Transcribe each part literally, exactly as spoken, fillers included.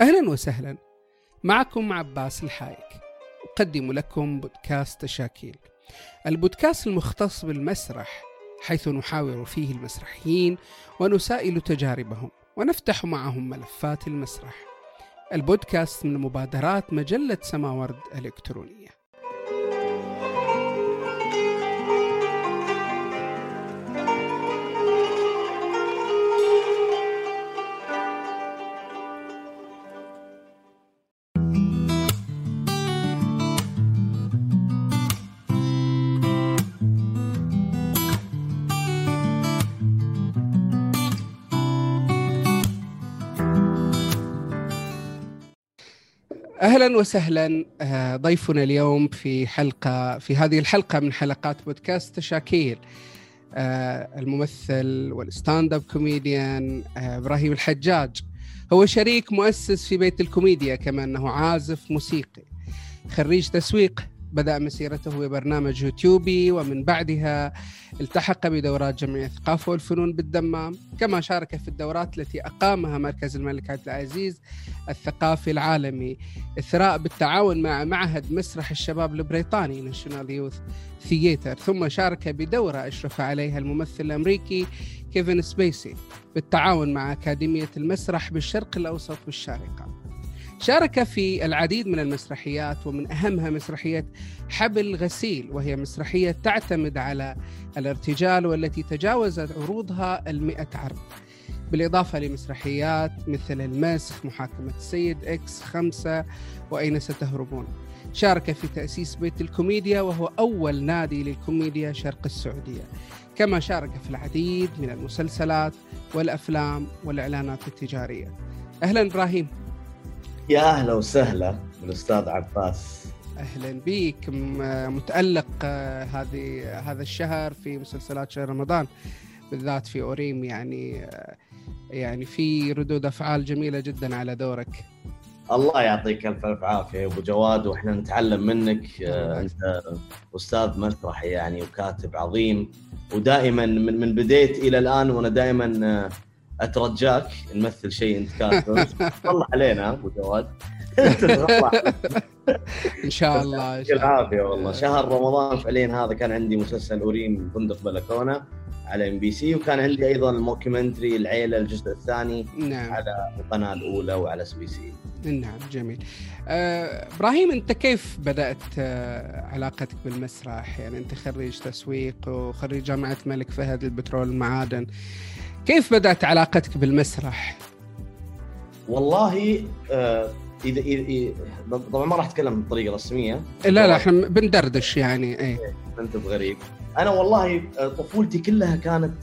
أهلا وسهلا، معكم عباس الحايك، أقدم لكم بودكاست تشاكيل، البودكاست المختص بالمسرح، حيث نحاور فيه المسرحيين ونسائل تجاربهم ونفتح معهم ملفات المسرح. البودكاست من مبادرات مجلة سماورد الإلكترونية. أهلا وسهلا. ضيفنا اليوم في حلقة في هذه الحلقة من حلقات بودكاست تشاكيل الممثل والستاند اب كوميديان إبراهيم الحجاج. هو شريك مؤسس في بيت الكوميديا، كما أنه عازف موسيقي، خريج تسويق، بدأ مسيرته ببرنامج يوتيوبي، ومن بعدها التحق بدورات جمعية الثقافة والفنون بالدمام، كما شارك في الدورات التي أقامها مركز الملك عبد العزيز الثقافي العالمي، إثراء بالتعاون مع معهد مسرح الشباب البريطاني ناشونال يوث ثياتر، ثم شارك بدورة أشرف عليها الممثل الأمريكي كيفن سبيسي بالتعاون مع أكاديمية المسرح بالشرق الأوسط بالشارقة. شارك في العديد من المسرحيات، ومن أهمها مسرحية حبل غسيل، وهي مسرحية تعتمد على الارتجال والتي تجاوزت عروضها المئة عرض، بالإضافة لمسرحيات مثل المسخ، محاكمة السيد إكس خمسة، وأين ستهربون. شارك في تأسيس بيت الكوميديا، وهو أول نادي للكوميديا شرق السعودية، كما شارك في العديد من المسلسلات والأفلام والإعلانات التجارية. أهلا إبراهيم. يا أهلا وسهلا بالأستاذ عباس. أهلا بك. متألق هذه هذا الشهر في مسلسلات شهر رمضان، بالذات في أوريم، يعني يعني في ردود أفعال جميلة جدا على دورك. الله يعطيك ألف ألف عافية يا أبو جواد، وإحنا نتعلم منك. أنت أستاذ مسرحي يعني وكاتب عظيم، ودائما من من بديت إلى الآن وأنا دائما أترجاك نمثل شيء أنت كاتبه. طلع علينا أبو جواد. إن شاء الله. العافية والله. شهر رمضان فعليا هذا كان عندي مسلسل أوريم فندق بلكونة على إم بي سي، وكان عندي أيضا الموكيومنتري العيلة الجزء الثاني. نعم. على القناة الأولى وعلى سبي سي. نعم جميل. آه، إبراهيم، أنت كيف بدأت آه، علاقتك بالمسرح؟ يعني أنت خريج تسويق وخريج جامعة الملك فهد للبترول والمعادن، كيف بدأت علاقتك بالمسرح؟ والله آه إذا إذا طبعا ما راح أتكلم بطريقة رسمية. لا لا إحنا بندردش يعني. إيه أنت بغريب. أنا والله طفولتي كلها كانت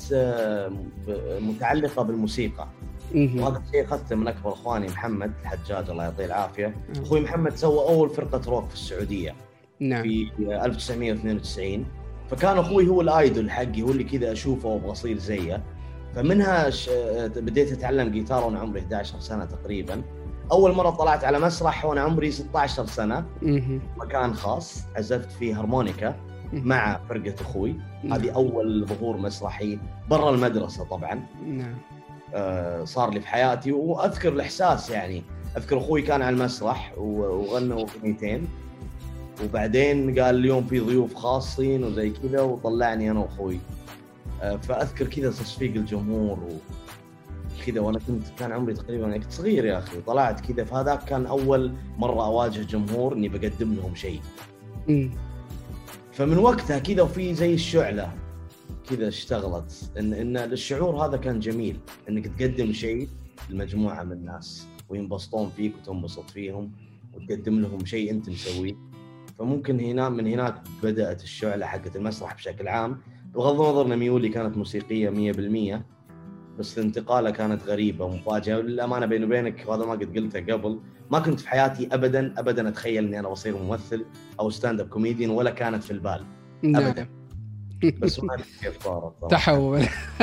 متعلقة بالموسيقى، وهذا الشيء أخذته من أكبر أخواني محمد الحجاج الله يعطيه العافية. أخوي محمد سوى أول فرقة روك في السعودية. نعم. في ألف وتسعمية واثنين وتسعين، فكان أخوي هو الآيدول حقي، هو اللي كذا أشوفه وأبغى أصير زيه. فمنها ش... بديت أتعلم جيتار وأنا عمري إحدى عشرة سنة تقريبا. أول مرة طلعت على مسرح وأنا عمري ستة عشر سنة، مكان خاص عزفت فيه هارمونيكا مع فرقة أخوي. هذه أول ظهور مسرحي برا المدرسة طبعا. نعم. آه صار لي في حياتي، وأذكر الإحساس يعني. أذكر أخوي كان على المسرح وغنوا أغنيتين، وبعدين قال اليوم في ضيوف خاصين وزي كذا، وطلعني أنا وأخوي. آه فأذكر كذا تصفيق الجمهور وكذا، وأنا كنت كان عمري تقريبا، أنا كنت صغير يا أخي، وطلعت كذا. فهذا كان أول مرة أواجه جمهور إني بقدم لهم شيء. م. فمن وقتها كذا وفي زي الشعلة كذا اشتغلت إن إن الشعور هذا كان جميل، إنك تقدم شيء لمجموعة من الناس وينبسطون فيك وتنبسط فيهم وتقدم لهم شيء أنت مسويه. فممكن هنا من هناك بدأت الشعلة حقت المسرح بشكل عام، بغض النظر أن ميولي كانت موسيقية مية بالمية، بس الانتقالة كانت غريبة ومفاجئة. للأمانة بيني وبينك، وهذا ما قد قلته قبل، ما كنت في حياتي أبداً أبداً أتخيل أني أنا بصير ممثل أو ستاند اب كوميديان، ولا كانت في البال أبداً. بس ما كيف صارت تحول.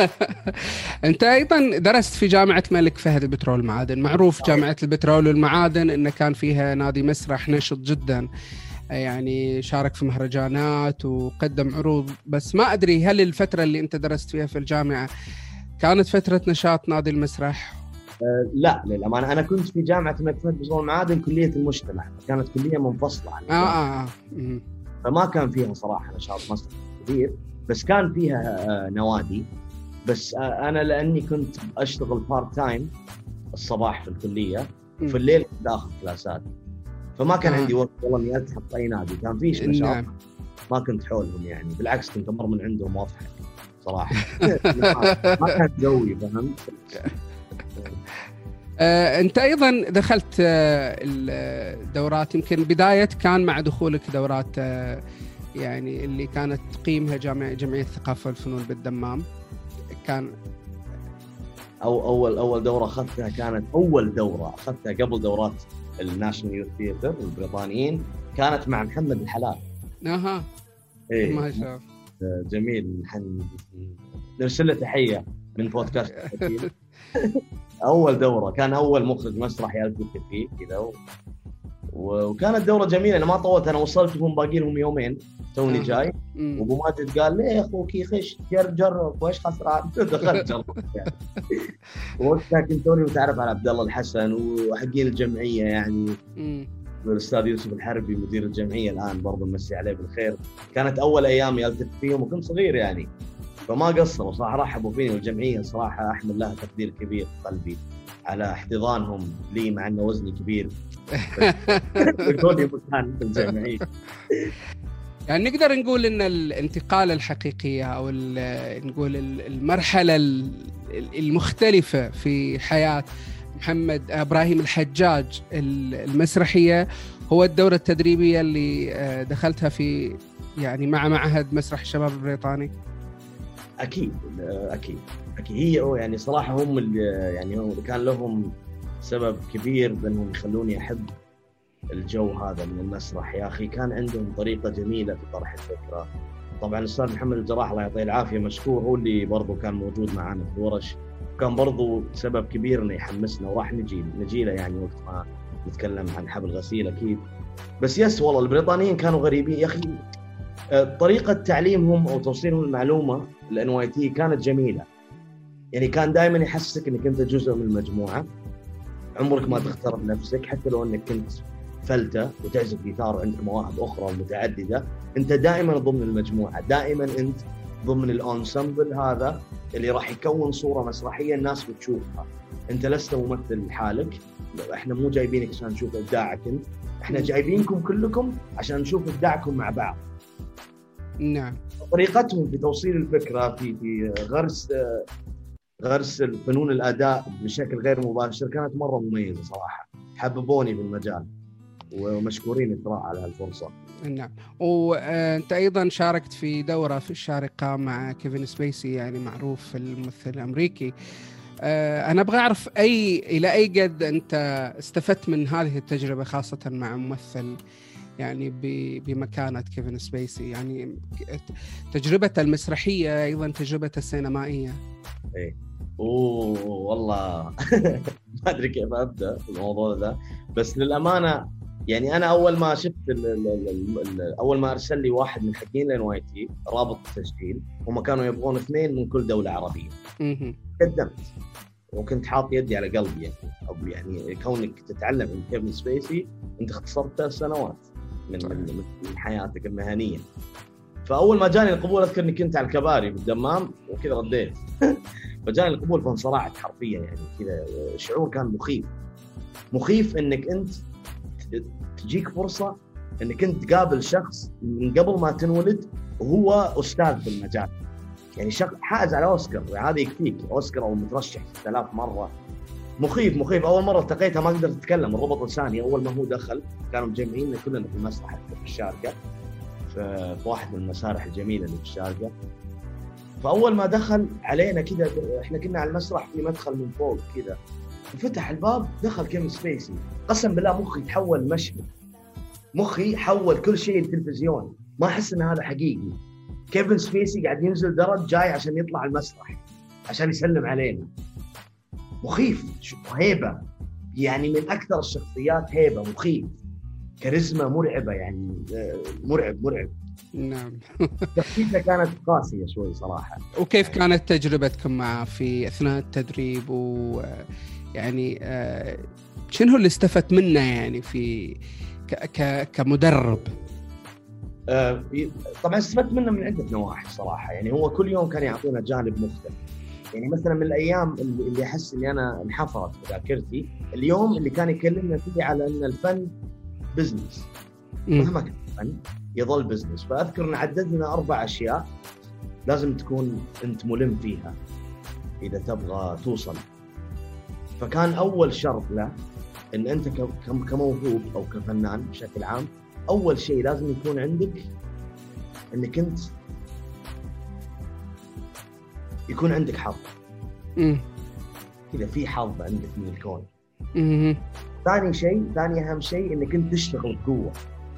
أنت أيضاً درست في جامعة الملك فهد البترول والمعادن. معروف جامعة البترول والمعادن إن كان فيها نادي مسرح نشط جداً، يعني شارك في مهرجانات وقدم عروض. بس ما أدري هل الفترة اللي أنت درست فيها في الجامعة كانت فترة نشاط نادي المسرح أه لا للأمانة أنا كنت في جامعة الملك فهد بترول المعادن كلية المجتمع، كانت كلية منفصلة عن آه آه آه. فما كان فيها صراحة نشاط مسرح كبير، بس كان فيها آه نوادي. بس آه أنا لأني كنت أشتغل بارت تايم الصباح في الكلية وفي الليل داخل كلاسات، فما كان آه. عندي وقت والله إني ألتحق أي نادي، كان فيش نشاط نعم. ما كنت حولهم يعني، بالعكس كنت أمر من عندهم وأضحك صراحة. ما كان جوي فهمت. آه، أنت أيضا دخلت آه، الدورات، يمكن بداية كان مع دخولك دورات آه، يعني اللي كانت تقيمها جامعة جمعية الثقافة والفنون بالدمام. كان أو أول أول دورة أخذتها كانت أول دورة أخذتها قبل دورات الناشونال يوث ثياتر البريطانيين، كانت مع محمد الحلال. أها إيه ما شاء جميل، نحن نرسل له تحية من بودكاست. أول دورة كان أول مخرج مسرحي ألتقي فيه كذا و... وكانت دورة جميلة. أنا ما طولت، أنا وصلتهم باقي لهم يومين توني جاي، وأبو ماجد قال لي يا أخوك خش جرب وإيش خسران. دخلت جرب يعني. وقتها كنت توني متعرف على عبد الله الحسن وحقين الجمعية يعني، والأستاذ يوسف الحربي مدير الجمعية الآن برضه نمسي عليه بالخير. كانت أول أيامي ألتقي فيهم وكنت صغير يعني، فما قصروا صراحة، رحبوا فيني. والجمعية صراحة أحمل لها تقدير كبير في قلبي على احتضانهم لي مع أنه وزني كبير. يقولي مكان في الجمعية. يعني نقدر نقول إن الانتقال الحقيقية أو نقول المرحلة المختلفة في حياة محمد إبراهيم الحجاج المسرحية هو الدورة التدريبية اللي دخلتها في يعني مع معهد مسرح الشباب البريطاني. أكيد أكيد أكيد هي يعني صراحة هم اللي يعني هم كان لهم سبب كبير بأنهم يخلوني أحب الجو هذا من المسرح. يا أخي كان عندهم طريقة جميلة في طرح الفكرة. طبعا الأستاذ محمد الجراح الله يعطيه العافية مشكور، هو اللي برضو كان موجود معنا في الورش، كان برضو سبب كبير إنه يحمسنا، وراح نجي نجي له يعني وقت ما نتكلم عن حبل غسيل أكيد. بس يس والله البريطانيين كانوا غريبين يا أخي، طريقة تعليمهم أو توصيلهم المعلومة الإن واي تي كانت جميلة يعني، كان دائما يحسسك إنك أنت جزء من المجموعة، عمرك ما تختار بنفسك حتى لو إنك كنت فلتة وتعزف جيتار وعندك مواهب أخرى متعددة، أنت دائما ضمن المجموعة، دائما أنت ضمن الأنسمبل هذا اللي راح يكون صورة مسرحية الناس بتشوفها. أنت لست ممثل لحالك، إحنا مو جايبينك عشان نشوف إبداعك أنت، إحنا جايبينكم كلكم عشان نشوف إبداعكم مع بعض. نعم. طريقتهم في توصيل الفكرة في في غرس غرس الفنون الأداء بشكل غير مباشر كانت مرة مميزة صراحة، حببوني بالمجال ومشكورين إثراء على هالفرصة. نعم. وأنت أيضا شاركت في دورة في الشارقة مع كيفن سبيسي، يعني معروف الممثل الأمريكي. أنا أبغى أعرف أي إلى أي قد أنت استفدت من هذه التجربة خاصة مع ممثل يعني بمكانة كيفن سبيسي، يعني تجربته المسرحية أيضا تجربته السينمائية. إيه أوه والله ما أدري كيف أبدأ الموضوع ده، بس للأمانة يعني أنا أول ما شفت ال ال ال ال أول ما أرسل لي واحد من حقين الإن واي تي رابط التسجيل، هم كانوا يبغون اثنين من كل دولة عربية. قدمت وكنت حاط يدي على قلبي يعني، أو يعني كونك تتعلم من كيفن سبيسي أنت اختصرت ثلاث سنوات من من من حياتك المهنية. فأول ما جاني القبول أذكر إني كنت على الكباري بالدمام وكذا رديت. فجاني القبول فانصرعت حرفيا يعني كذا، شعور كان مخيف مخيف إنك أنت تجيك فرصة إنك أنت تقابل شخص من قبل ما تنولد وهو أستاذ في المجال، يعني شخص حائز على أوسكار، هذا يكفيك أوسكار أو مترشح ثلاث مرة. مخيف مخيف. أول مرة التقيتها ما قدرت أتكلم، الربط لساني. أول ما هو دخل كانوا مجمعين كلنا في المسرح في الشارقة، في واحد من المسارح الجميلة اللي في الشارقة. فأول ما دخل علينا كذا، إحنا كنا على المسرح في مدخل من فوق كذا، وفتح الباب دخل كيفن سبيسي. قسم بالله مخي تحول مشهد، مخي حول كل شيء التلفزيون، ما أحس إن هذا حقيقي. كيفن سبيسي قاعد ينزل درج جاي عشان يطلع المسرح عشان يسلم علينا. مخيف، هيبة يعني، من أكثر الشخصيات هيبة، مخيف، كاريزما مرعبة يعني، مرعب مرعب. نعم. شخصيته كانت قاسية شوي صراحة. وكيف كانت تجربتكم معه في أثناء التدريب؟ و يعني آه شنو اللي استفدت منه يعني في ك ك كمدرب؟ آه طبعا استفدت منه من عدة نواحي صراحة. يعني هو كل يوم كان يعطينا جانب مختلف. يعني مثلا من الأيام اللي أحس إني أنا انحفرت في ذاكرتي اليوم اللي كان يكلمنا فيه على أن الفن بزنس، مهما كان الفن يظل بزنس. فأذكر أن عدد لنا أربع أشياء لازم تكون أنت ملم فيها إذا تبغى توصل. فكان أول شرط له أن أنت كموهوب أو كفنان بشكل عام، أول شيء لازم يكون عندك أنك أنت يكون عندك حظ. كذا في حظ عندك من الكون. مم. ثاني شيء، ثاني أهم شيء أنك أنت تشتغل بقوة.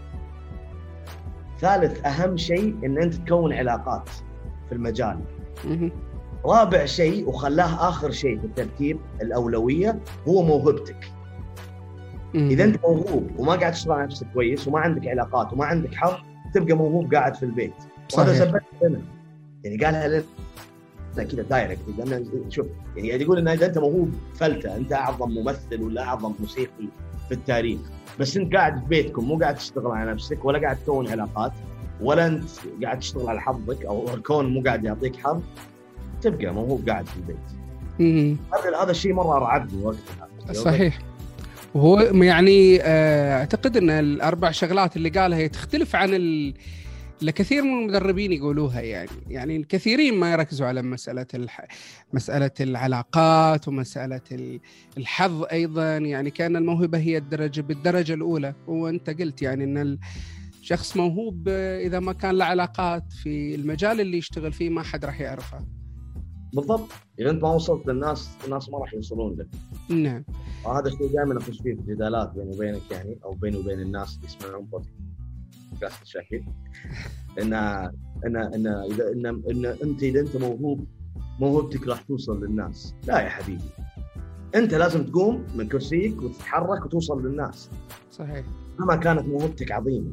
ثالث أهم شيء أن أنت تكون علاقات في المجال. مم. رابع شيء وخلاه آخر شيء في الترتيب الأولوية هو موهبتك. مم. إذا أنت موهوب وما قاعد تشتغل على نفسك كويس وما عندك علاقات وما عندك حظ، تبقى موهوب قاعد في البيت. وهذا سبب لنا، يعني قالها لنا كذا دايركت. لأن شوف يعني قاعد يقول إن إذا أنت موهوب فلتة، أنت أعظم ممثل ولا أعظم موسيقي في التاريخ، بس أنت قاعد في بيتكم مو قاعد تشتغل على نفسك ولا قاعد تكون علاقات ولا أنت قاعد تشتغل على حظك أو الكون مو قاعد يعطيك حظ، تبقى موهوب قاعد في البيت. هذا هذا الشيء مرة رعبني وقتها. صحيح. وهو يعني أعتقد أن الأربع شغلات اللي قالها هي تختلف عن ال... لكثير من المدربين يقولوها. يعني يعني الكثيرين ما يركزوا على مسألة الح... مسألة العلاقات ومسألة الحظ أيضا. يعني كان الموهبة هي الدرجة بالدرجة الأولى. وأنت قلت يعني أن الشخص موهوب إذا ما كان له علاقات في المجال اللي يشتغل فيه ما حد راح يعرفه. بالضبط. إذا أنت ما وصلت للناس، الناس ما راح يوصلون لك. نعم. وهذا الشيء دائما أخش فيه في جدالات بيني وبينك يعني، أو بيني وبين الناس اللي يسمعون بودكاست الشاكيب. إن إن إن إذا إن إن أنت إذا أنت موهوب، موهبتك راح توصل للناس. لا يا حبيبي، أنت لازم تقوم من كرسيك وتتحرك وتوصل للناس. صحيح. مهما كانت موهبتك عظيمة.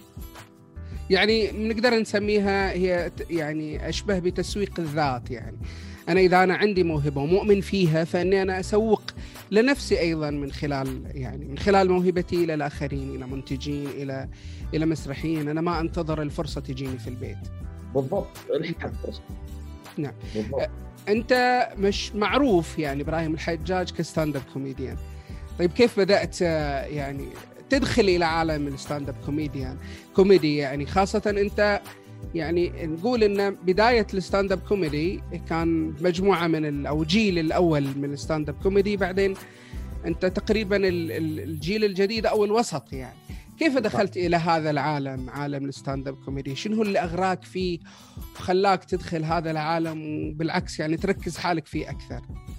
يعني نقدر نسميها هي يعني أشبه بتسويق الذات. يعني أنا إذا أنا عندي موهبة ومؤمن فيها، فإني أنا أسوق لنفسي أيضا من خلال يعني من خلال موهبتي إلى الآخرين، إلى منتجين، إلى إلى مسرحيين. أنا ما أنتظر الفرصة تجيني في البيت. بالضبط. الحق فرصة. نعم. بالضبط. أنت مش معروف يعني إبراهيم الحجاج كستاند اب كوميديان. طيب كيف بدأت يعني تدخل إلى عالم الستاند اب كوميديان كوميدي؟ يعني خاصة أنت يعني نقول إن بداية الستاند اب كوميدي كان مجموعة من أو جيل الأول من الستاند اب كوميدي، بعدين أنت تقريبا الجيل الجديد أو الوسط. يعني كيف دخلت إلى هذا العالم، عالم الستاند اب كوميدي؟ شنو اللي أغراك فيه وخلاك تدخل هذا العالم وبالعكس يعني تركز حالك فيه أكثر؟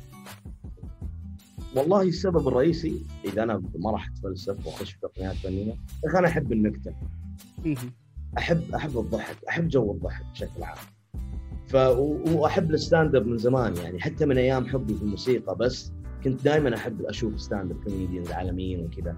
والله السبب الرئيسي، إذا أنا ما راح أتفلسف وأخش في تقنيات فنية، أنا أحب النكتة. أحب أحب الضحك، أحب جو الضحك بشكل عام. ف وأحب الستاند اب من زمان، يعني حتى من أيام حبي في الموسيقى، بس كنت دائما أحب أشوف ستاند اب كوميديانز عالميين وكذا.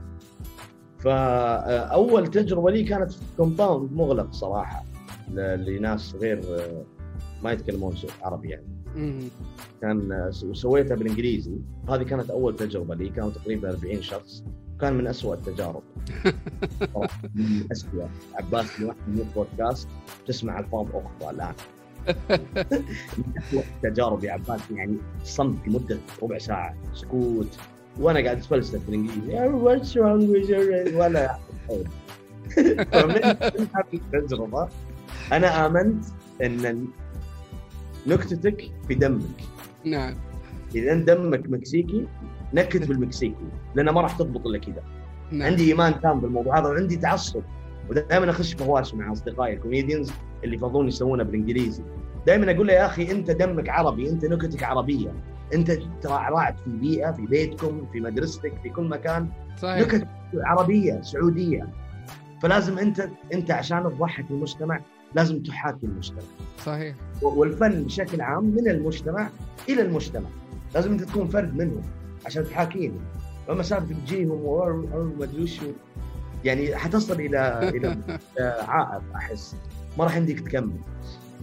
فأول تجربة لي كانت في كومباوند مغلق صراحة لناس غير ما يتكلمون عربي يعني. كان وسويتها بالإنجليزي. هذه كانت أول تجربة لي، كانوا تقريبا أربعين شخص. كان من أسوأ التجارب. من أسوأ. عباس لوحده من بودكاست تسمع الفاظ أخرى الآن. من أسوأ التجارب يا عباس، يعني صمت لمدة ربع ساعة، سكوت، وأنا قاعد أتفلسف بالإنجليزي what's wrong with your ولا فمن هذه التجربة أنا آمنت أن نكتتك في دمك. نعم. إذا دمك مكسيكي نكت بالمكسيكي، لأنه ما راح تضبط إلا كذا. نعم. عندي إيمان تام بالموضوع هذا، وعندي تعصب، ودائما أخش فواش مع أصدقائي الكوميديانز اللي يفضلون يسوونه بالإنجليزي. دائما أقول له يا أخي أنت دمك عربي، أنت نكتك عربية، أنت ترعرعت في بيئة، في بيتكم، في مدرستك، في كل مكان. صحيح. نكت عربية سعودية، فلازم أنت أنت عشان تضحك المجتمع لازم تحاكي المجتمع. صحيح. والفن بشكل عام من المجتمع إلى المجتمع، لازم أنت تكون فرد منهم عشان تحاكيهم. وما سابت تجيهم وما أدري شو، يعني حتصل إلى إلى عائق. أحس ما راح عندك تكمل.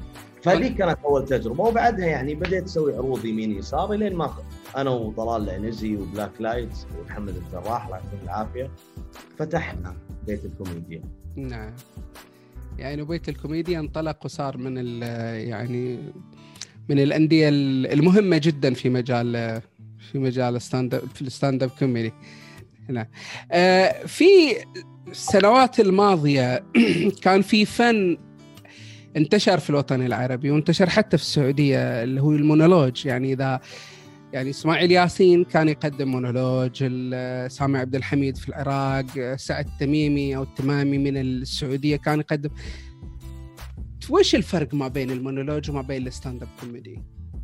فهذه كانت اول تجربه، وبعدها يعني بديت اسوي عروض يمين يسار لين ما انا وطلال العنزي وبلاك لايتس ومحمد الجراح الله يعطيه العافيه فتحنا بيت الكوميديا. نعم، يعني بيت الكوميديا انطلق وصار من ال يعني من الأندية المهمة جدا في مجال في مجال الستاند اب في الستاند اب كوميدي. هنا آه في السنوات الماضية كان في فن انتشر في الوطن العربي وانتشر حتى في السعودية اللي هو المونولوج. يعني إذا يعني إسماعيل ياسين كان يقدم مونولوج، سامي عبد الحميد في العراق، سعد التميمي أو التمامي من السعودية كان يقدم. وش الفرق ما بين المونولوج وما بين الستاند اب كوميدي؟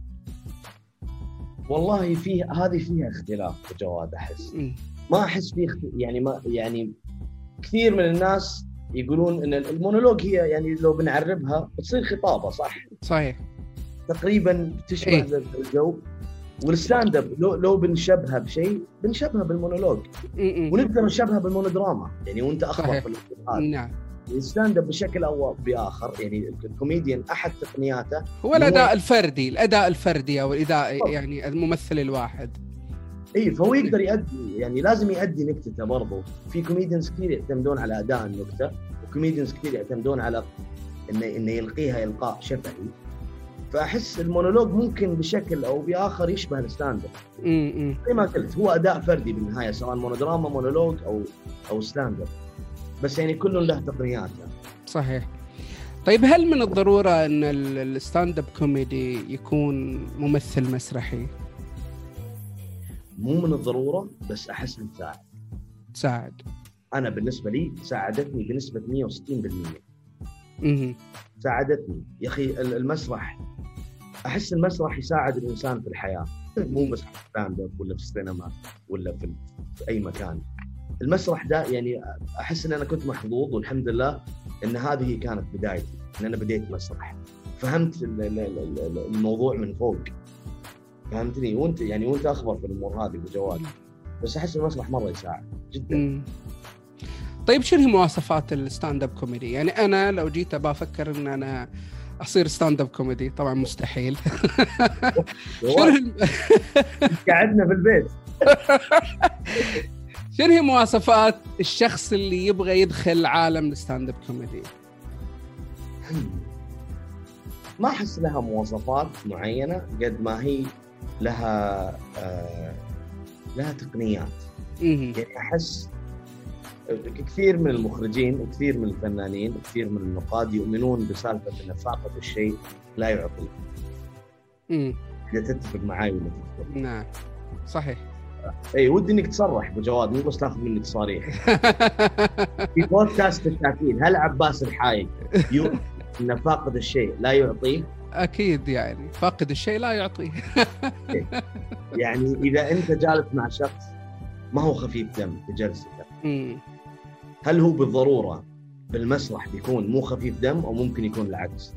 والله في هذه فيها اختلاف جواد، أحس م. ما أحس فيه يعني ما يعني كثير من الناس يقولون إن المونولوج هي يعني لو بنعربها بتصير خطابة، صح؟ صحيح. تقريبا تشبه إيه؟ الجو. والستاند اب لو لو بنشبهها بشيء بنشبهها بالمونولوج، ونقدر نشبهها بالمونودراما يعني وانت اخبر في الاستاذ. نعم. الستاند اب بشكل او باخر يعني الكوميديان احد تقنياته هو الاداء الفردي، الاداء الفردي او الاداء أوه. يعني الممثل الواحد. اي فهو يقدر يؤدي يعني لازم يؤدي نكتته برضه. في كوميديانز كثير يعتمدون على اداء النكته، وكوميديانز كثير يعتمدون على انه انه يلقيها القاء شفهي. فأحس المونولوج ممكن بشكل أو بآخر يشبه الستاند اب. زي ما قلت هو أداء فردي بالنهاية، سواء مونودراما مونولوج أو أو ستاند اب، بس يعني كل له تقنياته. صحيح. طيب هل من الضرورة أن الستاند اب كوميدي يكون ممثل مسرحي؟ مو من الضرورة، بس أحس إنه تساعد. تساعد. أنا بالنسبة لي ساعدتني بنسبة مية وستين بالمية. امم ساعدتني يا أخي المسرح. أحس المسرح يساعد الإنسان في الحياة، مو بس في الستاند اب ولا في السينما ولا في, في أي مكان. المسرح ده يعني أحس إن أنا كنت محظوظ والحمد لله إن هذه كانت بدايتي، إن أنا بديت مسرح، فهمت الموضوع من فوق، فهمتني؟ وأنت يعني وأنت أخبر في الأمور هذه بجواد، بس أحس المسرح مرة يساعد جدا. مم. طيب شنو هي مواصفات الستاند اب كوميدي؟ يعني أنا لو جيت أبى أفكر إن أنا أصير ستاند اب كوميدي، طبعا مستحيل. قعدنا في البيت. شنو هي مواصفات الشخص اللي يبغى يدخل عالم الستاند اب كوميدي؟ ما أحس لها مواصفات معينة قد ما هي لها آه لها تقنيات. يعني أحس كثير من المخرجين وكثير من الفنانين وكثير من النقاد يؤمنون بسالفة أن فاقد الشيء لا يعطي. امم إذا تتفق معاي ولا تتفق؟ نعم صحيح. اي ودي انك تصرح بجواد، مو بس تاخذ منك تصاريح. في بودكاست التاكيد هل عباس الحايق يؤمن ان فاقد الشيء لا يعطيه؟ اكيد يعني فاقد الشيء لا يعطيه. يعني اذا انت جالس مع شخص ما هو خفيف دم في جلسته، هل هو بالضروره بالمسرح بيكون مو خفيف دم او ممكن يكون العكس؟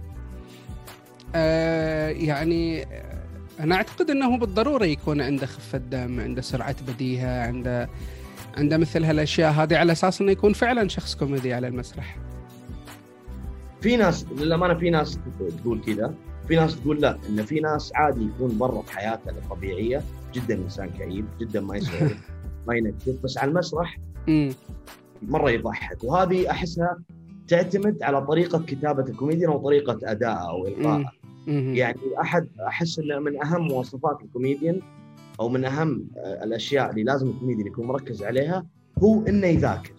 آه يعني أنا أعتقد أنه بالضرورة يكون عنده خفة دم، عنده سرعة بديهة، عنده عنده مثل هالأشياء هذه، على أساس أنه يكون فعلا شخص كوميدي على المسرح. في ناس للأمانة في ناس تقول كذا، في ناس تقول لا، إن في ناس عادي يكون برا في حياته الطبيعية جدا إنسان كئيب جدا ما يسوي ما ينكت، بس على المسرح مرة يضحك. وهذه أحسها تعتمد على طريقة كتابة الكوميديان أو طريقة أداءه أو إلقائه. يعني أحد أحس إن من أهم مواصفات الكوميديان أو من أهم الأشياء اللي لازم الكوميديان يكون مركز عليها هو إنه يذاكر.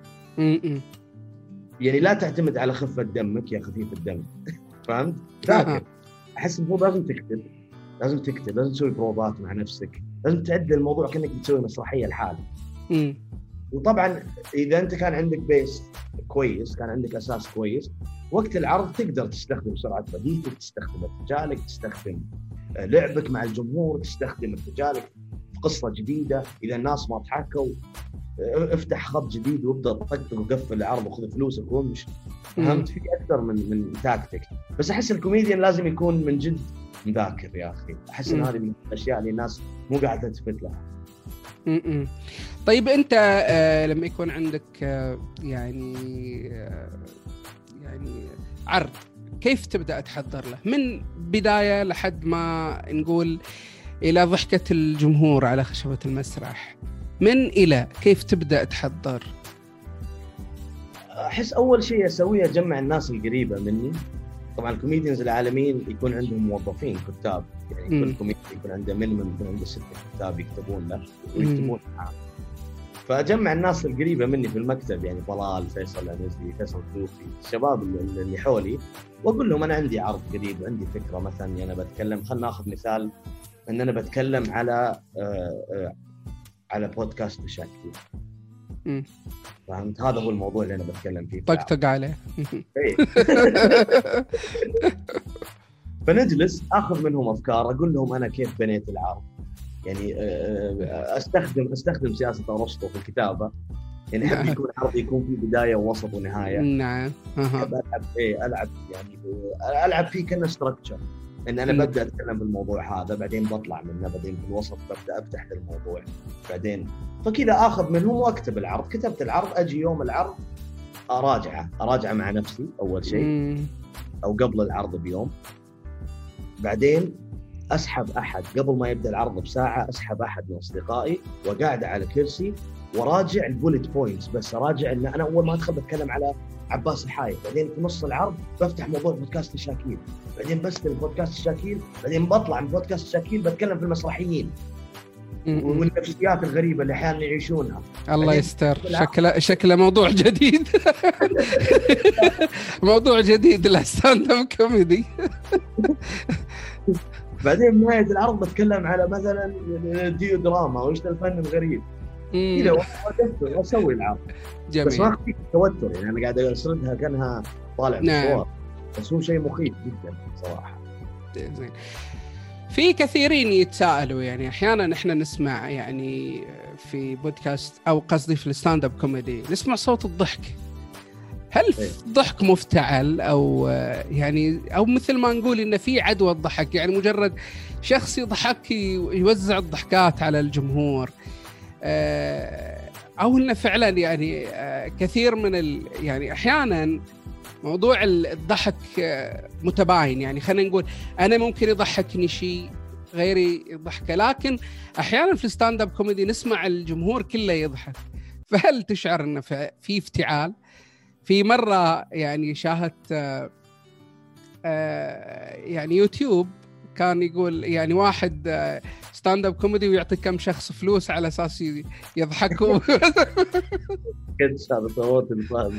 يعني لا تعتمد على خفة دمك يا خفيف الدم. فهمت؟ ذاكر. أحس المفروض لازم تكتب، لازم تكتب، لازم تسوي بروفات مع نفسك، لازم تعدل الموضوع كأنك بتسوي مسرحية لحالك. وطبعا إذا أنت كان عندك بيس كويس، كان عندك أساس كويس، وقت العرض تقدر تستخدم سرعة بديهتك، تستخدم ارتجالك، تستخدم لعبك مع الجمهور، تستخدم ارتجالك في قصة جديدة. إذا الناس ما ضحكوا افتح خط جديد وابدأ طقطق وقفل العرض وخذ فلوسك وامشي. فهمت؟ في أكثر من من تاكتيك، بس أحس الكوميديان لازم يكون من جد مذاكر يا أخي. أحس إن هذه من الأشياء اللي الناس مو قاعدة تثبت لها. م-م. طيب أنت آه لما يكون عندك آه يعني آه يعني عرض كيف تبدأ تحضر له من بداية لحد ما نقول إلى ضحكة الجمهور على خشبة المسرح؟ من إلى كيف تبدأ تحضر؟ أحس أول شيء أسويه أجمع الناس القريبة مني. طبعا الكوميديانز العالميين يكون عندهم موظفين كتاب، يعني كل كوميديان يكون عنده مينيمم، يكون عنده ستة كتاب يكتبون له ويكتبون معاه. فأجمع الناس القريبة مني في المكتب، يعني طلال، فيصل العنزي، فيصل الدوفي، الشباب اللي حولي، وأقول لهم أنا عندي عرض قريب، عندي فكرة مثلا أنا بتكلم، خلنا ناخذ مثال أن أنا بتكلم على آآ آآ على بودكاست مشاكل. فهمت؟ هذا هو الموضوع اللي أنا بتكلم فيه. طقطق عليه. فنجلس أخذ منهم أفكار، أقول لهم أنا كيف بنيت العرض، يعني أستخدم أستخدم سياسة أرسطو في الكتابة، يعني أحب يكون عرض يكون فيه بداية ووسط ونهاية. نعم. أحب ألعب إيه ألعب يعني ألعب فيه كأنه ستراكشر، إن أنا ببدأ أتكلم بالموضوع هذا، بعدين بطلع منه، بعدين في الوسط ببدأ أفتح الموضوع، بعدين فكذا آخذ منهم وأكتب العرض. كتبت العرض، أجي يوم العرض أراجعه أراجعه مع نفسي أول شيء أو قبل العرض بيوم، بعدين أسحب أحد قبل ما يبدأ العرض بساعة، أسحب أحد من أصدقائي وقاعد على كرسي وراجع البوليت بوينتس، بس راجع إن أنا أول ما أدخل بتكلم على عباس الحايف، بعدين في نص العرض بفتح موضوع بودكاست الشاكيل، بعدين بستلم بودكاست الشاكيل، بعدين بطلع من بودكاست الشاكيل بتكلم في المسرحيين والنفسيات الغريبة اللي أحيانا يعيشونها. الله يستر، شكله شكله موضوع جديد. موضوع جديد للستاند اب كوميدي. بعدين بنهاية العرض بتكلم على مثلا ديو دراما وإيش الفن الغريب كذا، وأدفر وأسوي العرض. جميل. بس ما أخفيك التوتر، يعني أنا قاعد أسردها كأنها طالع مشوار، بس هو شيء مخيف جدا صراحة. زين. في كثيرين يتساءلوا، يعني أحيانا إحنا نسمع يعني في بودكاست أو قصدي في الستاند اب كوميدي نسمع صوت الضحك. هل الضحك مفتعل أو يعني أو مثل ما نقول إن في عدوى الضحك، يعني مجرد شخص يضحك يوزع الضحكات على الجمهور، أو إنه فعلا يعني كثير من ال يعني أحيانا موضوع الضحك متباين، يعني خلينا نقول أنا ممكن يضحكني شيء غيري يضحكه، لكن أحيانا في الستاند اب كوميدي نسمع الجمهور كله يضحك. فهل تشعر إنه في افتعال؟ في مرة يعني شاهدت يعني يوتيوب كان يقول يعني واحد ستاند اب كوميدي ويعطي كم شخص فلوس على أساس يضحكوا. كنت شاب صوت الفهم.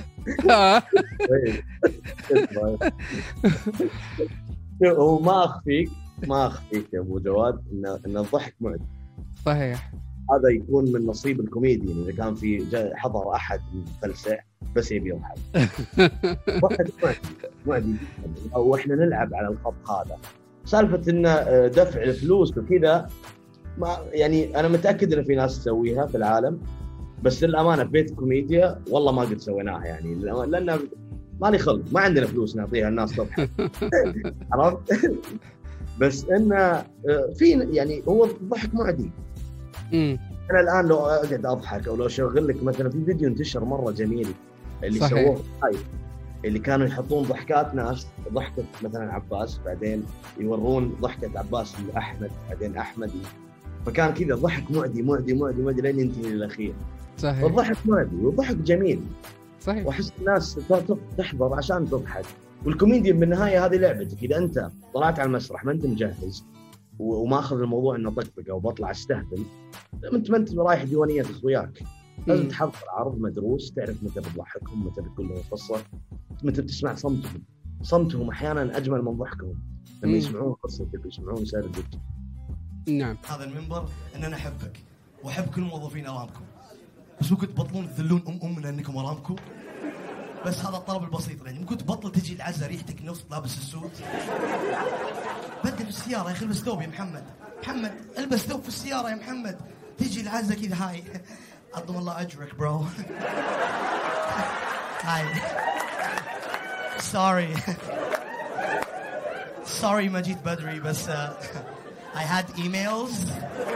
هو ما أخفيك ما أخفيك يا أبو جواد إن إن الضحك معد. صحيح. هذا يكون من نصيب الكوميديان، إذا كان في حضر أحد مفلسع بس يبي يضحك. واحد معدي معدي أو إحنا نلعب على الخط هذا. سالفة إن دفع الفلوس وكذا، ما يعني أنا متأكد إن في ناس تسويها في العالم، بس للأمانة في بيت الكوميديا والله ما قد سويناها، يعني لأن ما لي خلق، ما عندنا فلوس نعطيها الناس تضحك. عرفت؟ بس إنه في يعني هو الضحك معدي. أنا الآن لو أقعد أضحك أو لو أشغل لك مثلا في فيديو انتشر مرة جميل اللي سووه هاي، اللي كانوا يحطون ضحكات ناس، ضحكة مثلا عباس، بعدين يورون ضحكة عباس لأحمد، بعدين أحمد، فكان كذا ضحك معدي معدي معدي معدي لين ينتهي للأخير. صحيح. والضحك معدي والضحك جميل. صحيح. وأحس الناس تحضر عشان تضحك، والكوميديا بالنهاية هذه لعبتك. إذا أنت طلعت على المسرح ما أنت مجهز وما أخذ الموضوع إنه طقطقة وبطلع استهبل، أنت ما أنت رايح ديوانية وياك، لازم تحضر عرض مدروس، تعرف متى بتضحكهم، متى بتقول لهم قصة، متى بتسمع صمتهم. صمتهم أحياناً أجمل من ضحكهم لما يسمعون قصتك ويسمعون سردك. نعم. هذا المنبر إن أنا أحبك وأحب كل موظفين أرامكو، بس ممكن تبطلون تذلون أم أمنا أنكم أرامكو. بس هذا الطلب البسيط، يعني ممكن تبطل تجي العزة ريحتك نفس لابس السود. بدل السيارة يا أخي البس ثوب يا محمد. محمد البس ثوب في السيارة يا محمد. تجي العزة كذا هاي عظم الله أجرك برو. هاي sorry sorry ما جيت بدري، بس uh, I had emails.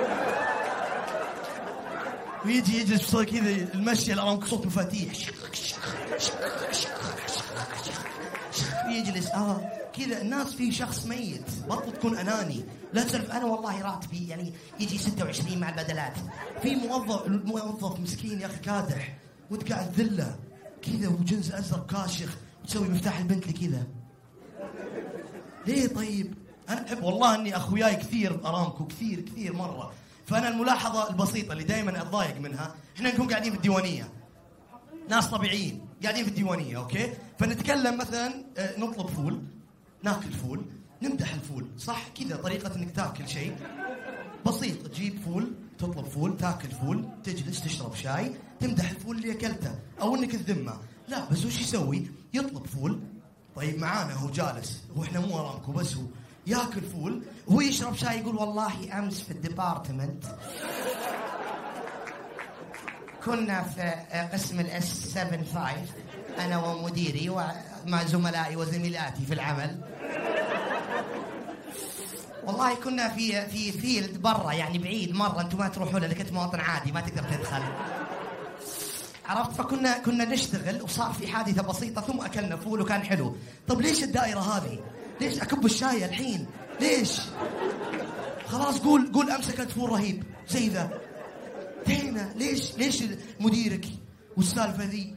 ويجي يجلس بصوت كذا المشي الأمام صوت مفاتيح. يجلس اه كذا الناس في شخص ميت. بطل تكون اناني، لا تسولف انا والله راتبي يعني يجي ستة وعشرين مع البدلات. في موظف موظف مسكين يا اخي كادح وانت قاعد ذله كذا وجنز ازرق كاشخ وتسوي مفتاح البنت لي كذا ليه؟ طيب انا احب والله اني اخوياي كثير ارامكو كثير كثير مره. فانا الملاحظه البسيطه اللي دائما اتضايق منها، احنا نكون قاعدين في الديوانيه ناس طبيعيين قاعدين في الديوانيه اوكي، فنتكلم مثلا نطلب فول ناكل فول نمدح الفول صح كذا، طريقه انك تاكل شيء بسيط. تجيب فول تطلب فول تاكل فول تجلس تشرب شاي تمدح الفول اللي اكلته او انك تذمه. لا بس وش يسوي؟ يطلب فول طيب معانا هو جالس هو احنا مو ارامكو بس هو ياكل فول وهو يشرب شاي يقول والله امس في الديبارتمنت كنا في قسم الاس سبعة خمسة انا ومديري ومع زملائي وزميلاتي في العمل والله كنا في في فيلد برا يعني بعيد مره انتم ما تروحوا له لك مواطن عادي ما تقدر تدخل عرفت. فكنا كنا نشتغل وصار في حادثه بسيطه ثم اكلنا فول وكان حلو. طب ليش الدائره هذه؟ ليش اكب الشاي الحين؟ ليش؟ خلاص قول قول امسكت فول رهيب زي ذا هنا. ليش ليش مديرك والسالفه ذي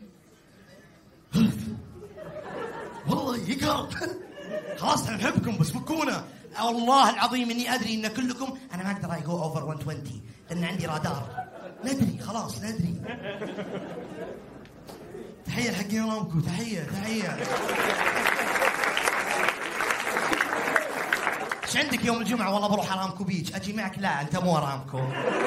والله يقهر خلاص احنا نحبكم بس فكونا. والله العظيم اني ادري ان كلكم انا ما اقدر اجو اوفر مية وعشرين لان عندي رادار ندري خلاص ندري. تحيه لحقين رامكو تحيه تحيه. ايش عندك يوم الجمعه؟ والله بروح ارامكو بيتش اجي معك. لا انت مو ارامكو.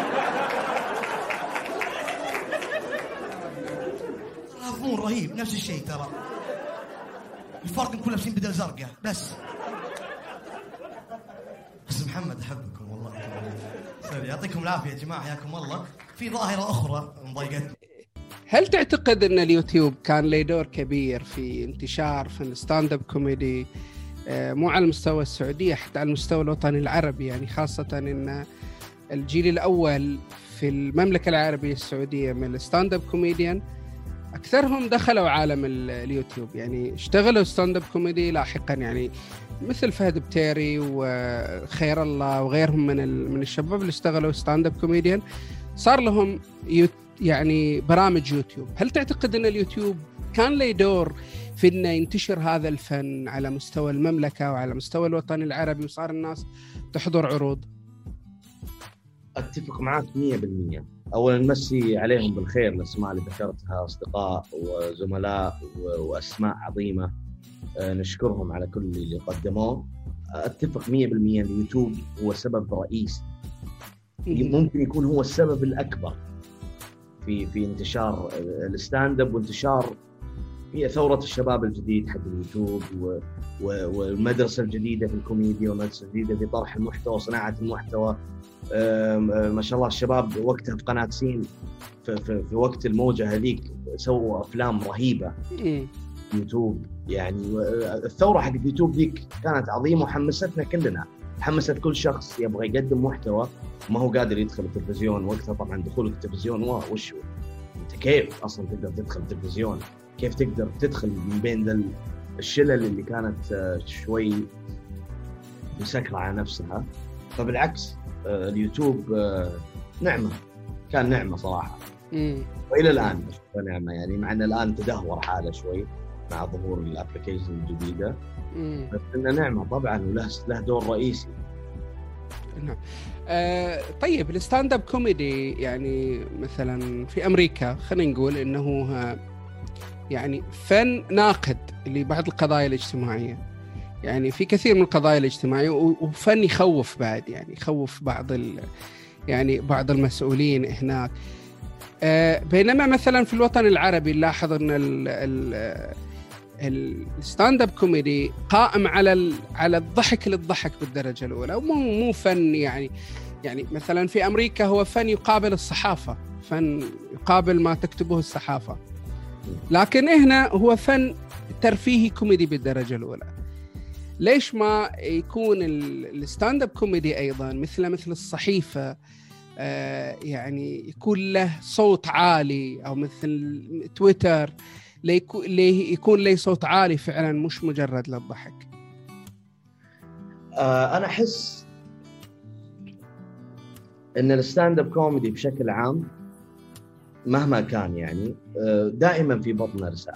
مو رهيب نفس الشيء ترى الفرق ان كلنا لابسين بدل زرقاء بس. بس محمد احبكم والله سوري يعطيكم العافيه يا جماعه حياكم الله. في ظاهره اخرى مضايقتني. هل تعتقد ان اليوتيوب كان له دور كبير في انتشار فن الستاند اب كوميدي مو على المستوى السعوديه حتى على المستوى الوطني العربي؟ يعني خاصه ان الجيل الاول في المملكه العربيه السعوديه من الستاند اب كوميديان أكثرهم دخلوا عالم اليوتيوب، يعني اشتغلوا ستاند اب كوميدي لاحقا، يعني مثل فهد بتيري وخير الله وغيرهم من من الشباب اللي اشتغلوا ستاند اب كوميديان صار لهم يعني برامج يوتيوب. هل تعتقد أن اليوتيوب كان له دور في أنه ينتشر هذا الفن على مستوى المملكة وعلى مستوى الوطن العربي وصار الناس تحضر عروض؟ أتفق معك مية بالمية. أولاً نمسي عليهم بالخير الأسماء اللي ذكرتها، أصدقاء وزملاء وأسماء عظيمة نشكرهم على كل اللي قدموه. أتفق مية بالمية أن اليوتيوب هو سبب رئيسي، ممكن يكون هو السبب الأكبر في في انتشار الستاند اب وانتشار هي ثورة الشباب الجديد حق اليوتيوب والمدرسة الجديدة في الكوميديا والمدرسة الجديدة في طرح المحتوى وصناعة المحتوى. ما شاء الله الشباب وقتها في قناة سين في, في, في وقت الموجة هذيك سووا أفلام رهيبة يوتيوب. يعني الثورة حق اليوتيوب ذيك كانت عظيمة وحمستنا كلنا، حمست كل شخص يبغى يقدم محتوى ما هو قادر يدخل التلفزيون وقتها. طبعا دخول التلفزيون وش انت كيف اصلا تقدر تدخل التلفزيون؟ كيف تقدر تدخل من بين الشلل اللي كانت شوي مسكرة على نفسها؟ فبالعكس اليوتيوب نعمة، كان نعمة صراحة. مم. وإلى الآن نعمة، يعني مع أن الآن تدهور حاله شوي مع ظهور الابليكيشن الجديدة. مم. بس إنه نعمة طبعا وله له دور رئيسي. نعم. آه طيب الستاند اب كوميدي يعني مثلا في أمريكا خلينا نقول إنه يعني فن ناقد لبعض القضايا الاجتماعية، يعني في كثير من القضايا الاجتماعية، وفن يخوف بعد، يعني يخوف بعض يعني بعض المسؤولين هناك. آه بينما مثلا في الوطن العربي نلاحظ ان الستاند اب كوميدي قائم على على الضحك للضحك بالدرجة الأولى، ومو مو فن يعني يعني مثلا في أمريكا هو فن يقابل الصحافة، فن يقابل ما تكتبه الصحافة، لكن هنا هو فن ترفيهي كوميدي بالدرجة الأولى. ليش ما يكون الستاند اب كوميدي أيضا مثل مثل الصحيفة آه يعني يكون له صوت عالي، أو مثل تويتر ليكون ليه يكون لي صوت عالي فعلا مش مجرد للضحك؟ آه أنا أحس إن الستاند اب كوميدي بشكل عام مهما كان يعني دائما في بطنه رسالة.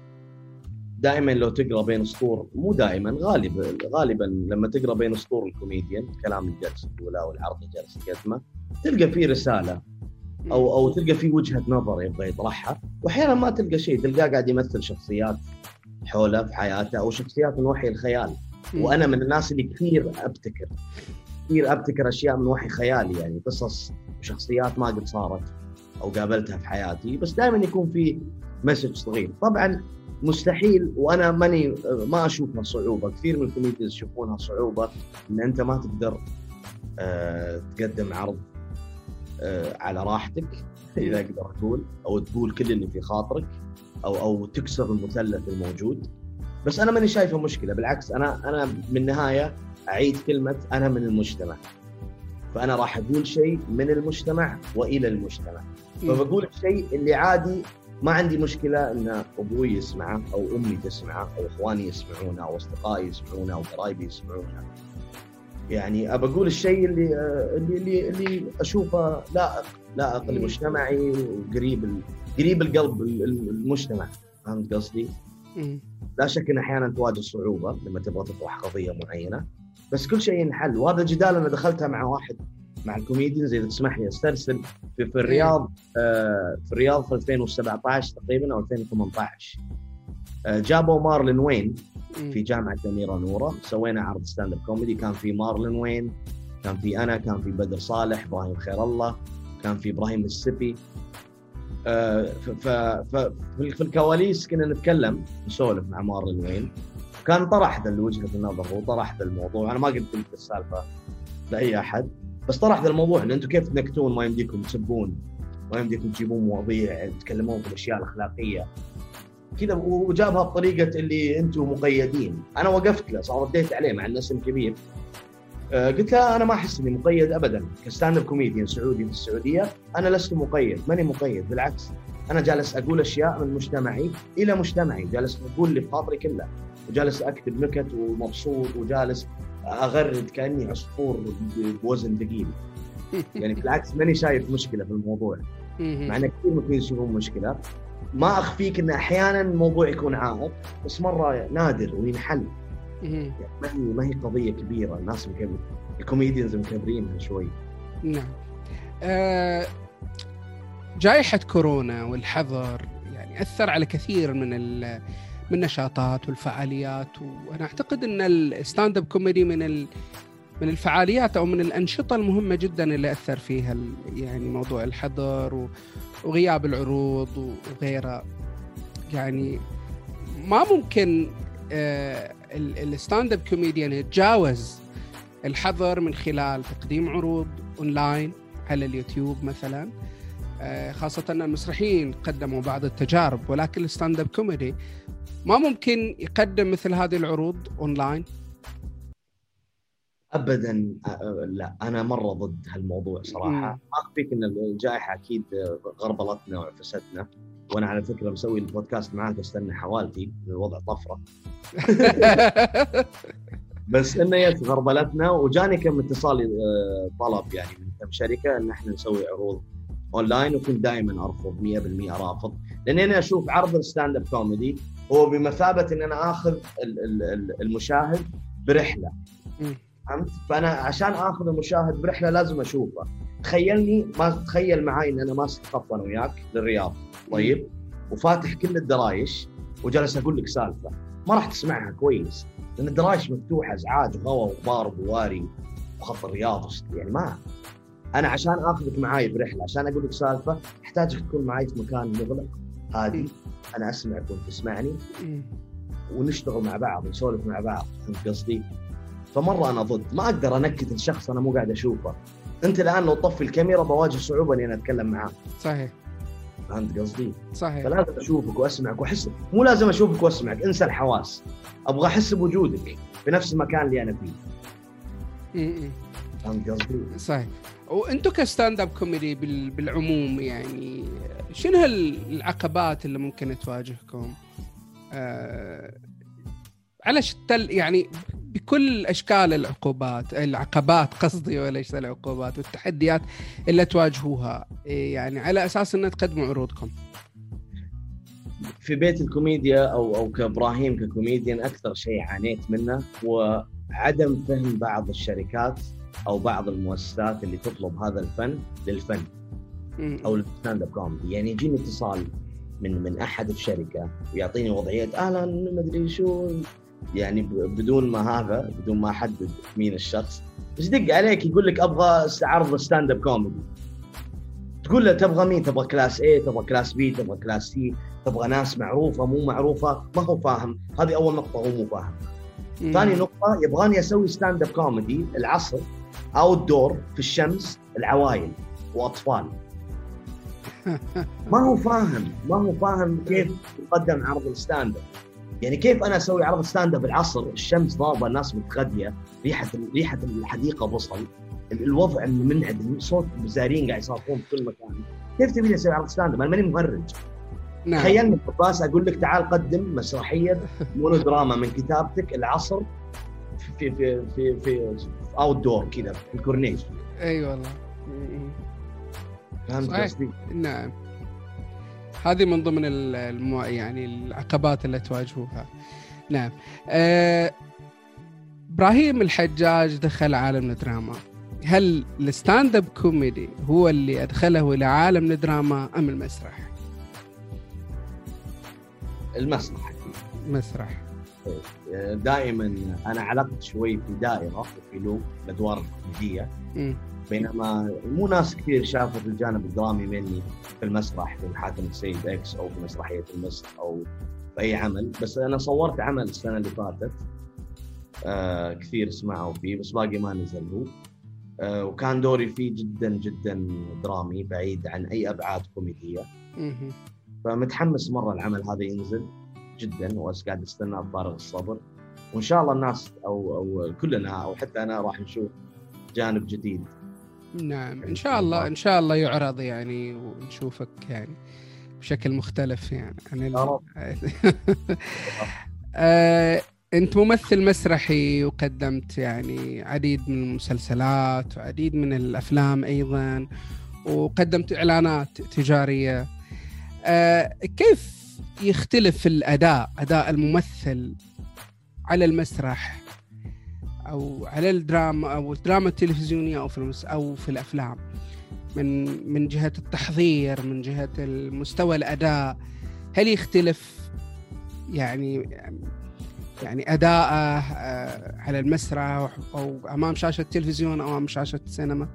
دائما لو تقرأ بين سطور، مو دائما، غالبا غالبا لما تقرأ بين سطور الكوميديان كلام الجلسة الأولى والعرض الجلسة القدمة تلقى فيه رسالة أو أو تلقى فيه وجهة نظر يبغى يطرحها، وأحيانا ما تلقى شيء، تلقاه قاعد يمثل شخصيات حوله في حياته أو شخصيات من وحي الخيال. وأنا من الناس اللي كثير أبتكر كثير أبتكر أشياء من وحي خيالي، يعني قصص وشخصيات ما قد صارت أو قابلتها في حياتي، بس دائما يكون في مسج صغير. طبعا مستحيل، وأنا ماني ما أشوفها صعوبة، كثير من الكوميديز يشوفونها صعوبة إن أنت ما تقدر أه تقدم عرض أه على راحتك إذا أقدر أقول، أو تقول كل اللي في خاطرك أو أو تكسر المثلث الموجود. بس أنا ماني شايفة مشكلة، بالعكس أنا أنا بالنهاية أعيد كلمة أنا من المجتمع، فأنا راح أقول شيء من المجتمع وإلى المجتمع. فبقول الشيء اللي عادي ما عندي مشكلة إن أبوي يسمعه أو أمي تسمعه أو إخواني يسمعونه أو أصدقائي يسمعونه أو قرايبي يسمعونه. يعني أبقول الشيء اللي اللي اللي, اللي أشوفه لائق لائق لمجتمعي وقريب قريب القلب المجتمع. فهمت قصدي؟ لا شك إن أحياناً تواجه صعوبة لما تبغى تطرح قضية معينة، بس كل شيء ينحل. وهذا الجدال أنا دخلتها مع واحد مع الكوميديانز، إذا تسمح لي أسترسل، في, في الرياض آه في الرياض في ألفين وسبعة عشر تقريباً أو ألفين وثمانية عشر. آه جابوا مارلين وين في جامعة أميرة نورة، سوينا عرض ستاند اب كوميدي. كان في مارلين وين، كان في أنا، كان في بدر صالح، إبراهيم خير الله، كان في إبراهيم السبي. آه في الكواليس كنا نتكلم نسولف مع مارلين وين، كان طرح ذا وجهة النظر وطرح ذا الموضوع. أنا ما قلت لك السالفة لأي أحد، بس طرح ذا الموضوع إن أنتم كيف تنكتون، ما يمديكم تسبون، ما يمديكم تجيبون مواضيع تتكلمون في الأشياء الأخلاقية كذا، وجابها بطريقة اللي أنتم مقيدين. أنا وقفت له، صار رديت عليه مع الناس الكبير. أه قلت له أنا ما أحس إني مقيد أبداً كستاند اب كوميديان سعودي في السعودية. أنا لست مقيد، ماني مقيد، بالعكس أنا جالس أقول أشياء من مجتمعي إلى مجتمعي، جالس أقول اللي في خاطري كله، وجالس أكتب نكت ومبسوط، وجالس أغرد كأني عصفور بوزن ثقيل. يعني بالعكس ماني شايف مشكلة في الموضوع، مع أن كثير ممكن يشوفون مشكلة. ما أخفيك إن أحياناً الموضوع يكون عائق، بس مرة نادر وينحل. يعني ما هي ما هي قضية كبيرة، الناس مكبر الكوميديانز مكبرينها شوي. نعم. آه جائحة كورونا والحظر يعني أثر على كثير من ال من النشاطات والفعاليات، وأنا أعتقد أن الستاند اب كوميدي من ال من الفعاليات أو من الأنشطة المهمة جدا اللي أثر فيها يعني موضوع الحظر وغياب العروض وغيرها. يعني ما ممكن آه الستاند اب كوميديان يتجاوز الحظر من خلال تقديم عروض أونلاين على اليوتيوب مثلا، آه خاصة أن المسرحيين قدموا بعض التجارب، ولكن الستاند اب كوميدي ما ممكن يقدم مثل هذه العروض أونلاين. أبداً لا، أنا مرة ضد هالموضوع صراحة. ما أخفيك إن الجائحة أكيد غربلتنا وعفستنا، وأنا على فكرة مسوي البودكاست معاك استنى حوالتي الوضع طفرة. بس إنه يتغربلتنا، وجاني كم اتصال طلب يعني من كم شركة إن إحنا نسوي عروض أونلاين، وكنت دائماً أرفض مية بالمية رافض، لأن أنا أشوف عرض الستاند اب كوميدي هو بمثابة إن أنا آخذ المشاهد برحلة. فهمت؟ فأنا عشان آخذ المشاهد برحلة لازم أشوفه. تخيلني ما تتخيل معاي إن أنا ماسك خط أنا وياك للرياض، طيب، وفاتح كل الدرايش وجالس أقول لك سالفة، ما راح تسمعها كويس لأن الدرايش مفتوحة، إزعاج وغوى وغبار وبواري وخط الرياض. يعني ما أنا عشان آخذك معاي برحلة، عشان أقول لك سالفة، أحتاجك تكون معاي في مكان مغلق هادي، أنا أسمعك وأنت تسمعني، ونشتغل مع بعض ونسولف مع بعض. فهمت قصدي؟ فمرة أنا ضد، ما أقدر أنكت الشخص أنا مو قاعد أشوفه. أنت الآن لو طفي الكاميرا بواجه صعوبة إني أنا أتكلم معاه. صحيح. فهمت قصدي؟ صحيح. فلازم أشوفك وأسمعك وأحس، مو لازم أشوفك وأسمعك، انسى الحواس، أبغى أحس بوجودك في نفس المكان اللي أنا فيه. م-م. فهمت قصدي؟ صحيح. وانتم كستاند اب كوميدي بالعموم يعني شنو العقبات اللي ممكن تواجهكم آه على التل يعني بكل اشكال العقوبات العقبات قصدي ولا ايش العقوبات والتحديات اللي تواجهوها يعني على اساس ان تقدموا عروضكم في بيت الكوميديا او او كابراهيم ككوميديان. اكثر شيء عانيت منه هو عدم فهم بعض الشركات او بعض المؤسسات اللي تطلب هذا الفن للفن او للستاند اب كوميدي. يعني يجيني اتصال من من احد الشركه ويعطيني وضعيه اهلا ما ادري شو يعني بدون ما هذا بدون ما احدد مين الشخص بس دق عليك يقول لك ابغى عرض ستاند اب كوميدي. تقول له تبغى مين؟ تبغى كلاس A تبغى كلاس B تبغى كلاس C تبغى ناس معروفه مو معروفه. ما هو فاهم. هذه اول نقطه هو مو فاهم. ثاني نقطه يبغاني اسوي ستاند اب كوميدي العصر اوت دور في الشمس العوائل واطفال. ما هو فاهم ما هو فاهم كيف يقدم عرض الستاند اب. يعني كيف انا اسوي عرض ستاند اب العصر الشمس ضابه الناس متغديه ريحه ريحه الحديقه بصل الوضع منعدم صوت مزارين قاعد يصافون في كل مكان. كيف تبيني اسوي عرض ستاند اب؟ انا ماني مهرج. نعم. تخيلني بس اقول لك تعال قدم مسرحيه مونودراما من كتابتك العصر في في في في, في اوت دور كذا في الكورنيش. اي أيوة والله فهمت قصدي؟ نعم. هذه من ضمن المو... يعني العقبات اللي تواجهوها. نعم. أه... إبراهيم الحجاج دخل عالم الدراما. هل الستاند اب كوميدي هو اللي أدخله إلى عالم الدراما أم المسرح؟ المسرح. مسرح. دائما أنا علقت شوي في دائرة وفي لوب الأدوار الكوميدية. م. بينما مو ناس كثير شافوا في الجانب الدرامي مني في المسرح في محاكم السيد إكس أو في مسرحية المصر أو في أي عمل. بس أنا صورت عمل السنة اللي فاتت آه كثير سمعوا فيه بس باقي ما نزل هو آه وكان دوري فيه جدا جدا درامي بعيد عن أي أبعاد كوميدية. فمتحمس مرة العمل هذا ينزل جدا وقاعد استنى بفارغ الصبر وإن شاء الله الناس أو أو كلنا أو حتى أنا راح نشوف جانب جديد. نعم إن شاء الله إن شاء الله يعرض يعني ونشوفك يعني بشكل مختلف يعني عن ال... آه، أنت ممثل مسرحي وقدمت يعني عديد من المسلسلات وعديد من الأفلام أيضا وقدمت إعلانات تجارية. آه، كيف يختلف الأداء أداء الممثل على المسرح أو على الدراما أو الدراما التلفزيونية أو في المس أو في الأفلام من من جهة التحضير من جهة المستوى الأداء؟ هل يختلف يعني يعني أداءه على المسرح أو أمام شاشة التلفزيون أو أمام شاشة السينما؟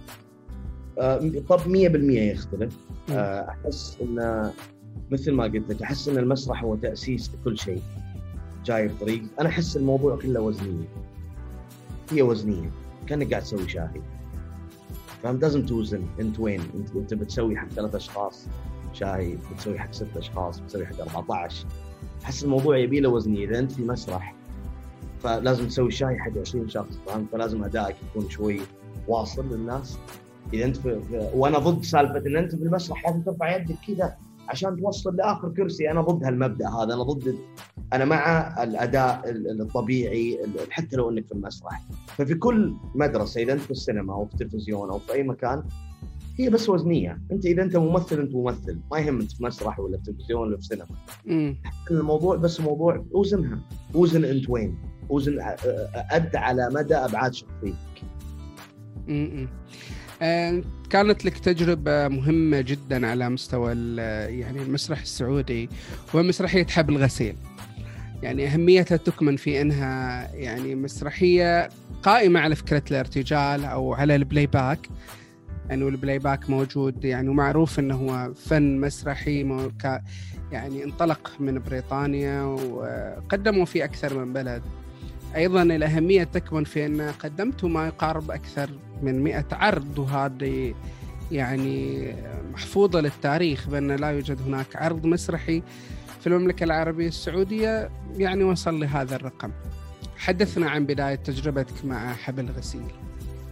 طب مية بالمية يختلف. أحس إن مثل ما قلت لك أحس إن المسرح هو تأسيس لكل شيء جاي في طريق. أنا أحس الموضوع كله وزنية. هي وزنية كأنك قاعد تسوي شاهي. فهم لازم توزن انت وين انت انت بتسوي حق ثلاث اشخاص شاي بتسوي حق ست اشخاص بتسوي حق أربعة عشر. احس الموضوع يبي له وزنيه. اذا انت في مسرح فلازم تسوي شاي حق عشرين شخص فهم فلازم ادائك يكون شوي واصل للناس. اذا انت في... في... وانا ضد سالفه ان انت في المسرح لازم ترفع يدك كذا عشان توصل لاخر كرسي. انا ضد هالمبدا هذا. انا ضد انا مع الاداء الطبيعي حتى لو انك في المسرح. ففي كل مدرسه اذا انت في السينما او في التلفزيون او في اي مكان هي بس وزنيه. انت اذا انت ممثل انت ممثل ما يهم انت في مسرح ولا في تلفزيون ولا في سينما. امم الموضوع بس موضوع اوزنها. اوزن انت وين اوزن اد على مدى ابعاد شخصيتك. امم كانت لك تجربة مهمة جدا على مستوى يعني المسرح السعودي ومسرحية حب الغسيل. يعني أهميتها تكمن في أنها يعني مسرحية قائمة على فكرة الارتجال أو على البلاي باك. يعني البلاي باك موجود يعني ومعروف أنه هو فن مسرحي يعني انطلق من بريطانيا وقدموا في أكثر من بلد. أيضاً الأهمية تكمن في أن قدمت ما يقارب أكثر من مئة عرض وهذه يعني محفوظة للتاريخ بأن لا يوجد هناك عرض مسرحي في المملكة العربية السعودية يعني وصل لهذا الرقم. حدثنا عن بداية تجربتك مع حب الغسيل.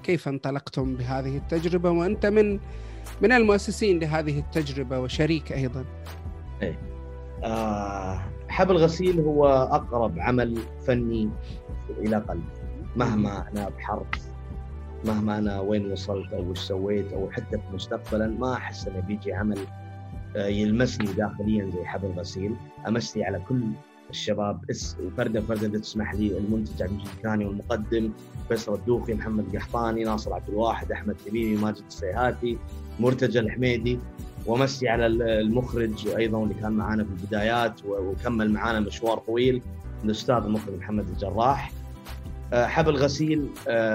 كيف انطلقتم بهذه التجربة وأنت من من المؤسسين لهذه التجربة وشريك أيضا؟ إيه. آه حب الغسيل هو أقرب عمل فني إلى قلبي، مهما أنا بحرت، مهما أنا وين وصلت أو وش سويت أو حتى في مستقبلا، ما أحس أنه بيجي عمل يلمسني داخليا زي حب الغسيل. أمسي على كل الشباب فردة فردة تسمح لي، المنتج عبد المجيد الكاني والمقدم فيصل الدوخي، محمد القحطاني، ناصر عبد الواحد، أحمد تميمي، ماجد السيهاتي، مرتجى الحميدي، ومسي على المخرج أيضا اللي كان معانا في البدايات وكمل معانا مشوار طويل، الأستاذ المخرج محمد الجراح. حب الغسيل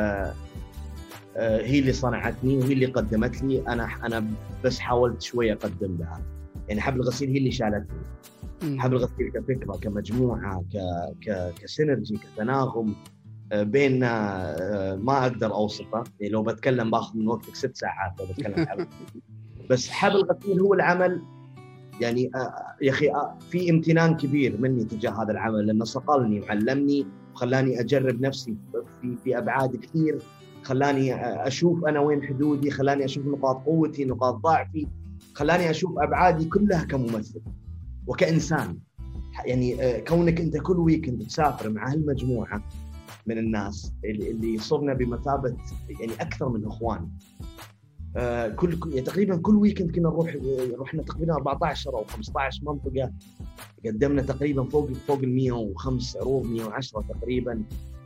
هي اللي صنعتني وهي اللي قدمت لي، أنا أنا بس حاولت شوية أقدم لها. يعني حب الغسيل هي اللي شالتني. حب الغسيل كفكرة، كمجموعة، ك ك كسينرجي، كتناغم بيننا ما أقدر أوصفه. يعني لو بتكلم باخذ من وقتك ست ساعات لو بتكلم حب. بس حب الغسيل هو العمل، يعني يا أخي في امتنان كبير مني تجاه هذا العمل، لأنه صقلني وعلمني وخلاني أجرب نفسي في في أبعاد كثير، خلاني أشوف أنا وين حدودي، خلاني أشوف نقاط قوتي، نقاط ضعفي، خلاني أشوف أبعادي كلها كممثل وكإنسان. يعني كونك أنت كل ويكند تسافر مع هالمجموعة من الناس اللي صرنا بمثابة يعني أكثر من إخوان. كل يعني تقريبا كل ويكند كنا نروح، رحنا تقريبا أربعة عشر أو خمسة عشر منطقة، قدمنا تقريبا فوق فوق ال مئة وخمسة عروض، مئة وعشرة تقريبا.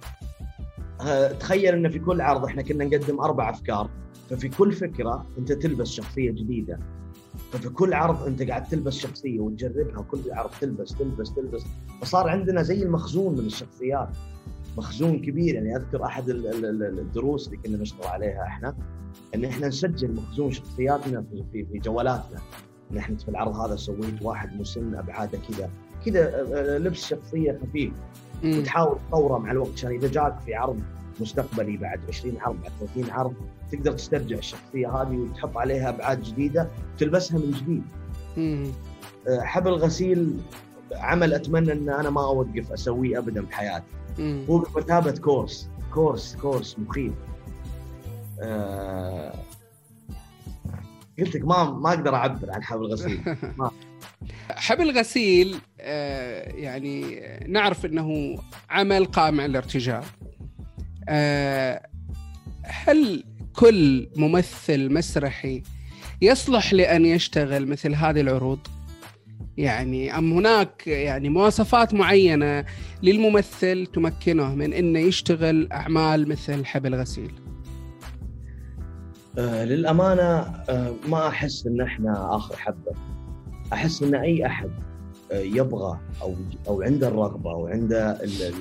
تخيل أن في كل عرض إحنا كنا نقدم أربع أفكار، ففي كل فكرة أنت تلبس شخصية جديدة، ففي كل عرض أنت قاعد تلبس شخصية وتجربها، وكل عرض تلبس تلبس تلبس فصار عندنا زي المخزون من الشخصيات، مخزون كبير. يعني أذكر أحد الدروس اللي كنا نشتغل عليها إحنا، أن إحنا نسجل مخزون شخصياتنا في في جوالاتنا. إن إحنا في العرض هذا سويت واحد مسن أبعاده كذا كذا، لبس شخصية خفيف، وتحاول تطوره مع الوقت عشان إذا جاك في عرض مستقبلي بعد عشرين عرض بعد ثلاثين عرض تقدر تسترجع الشخصية هذه وتحط عليها أبعاد جديدة تلبسها من جديد. حب الغسيل عمل أتمنى أن أنا ما أوقف أسويه أبدا بحياتي. هو بمثابة كورس كورس كورس مخيف. أه... قلت لك ما ما أقدر أعبر عن حب الغسيل. ما. حب الغسيل آه يعني نعرف أنه عمل قائم على الارتجال. آه هل كل ممثل مسرحي يصلح لأن يشتغل مثل هذه العروض؟ يعني أم هناك يعني مواصفات معينة للممثل تمكنه من أنه يشتغل أعمال مثل حب الغسيل؟ آه للأمانة آه ما أحس أن إحنا آخر حبة. أحس أن أي أحد آه يبغى أو أو عنده الرغبة أو عنده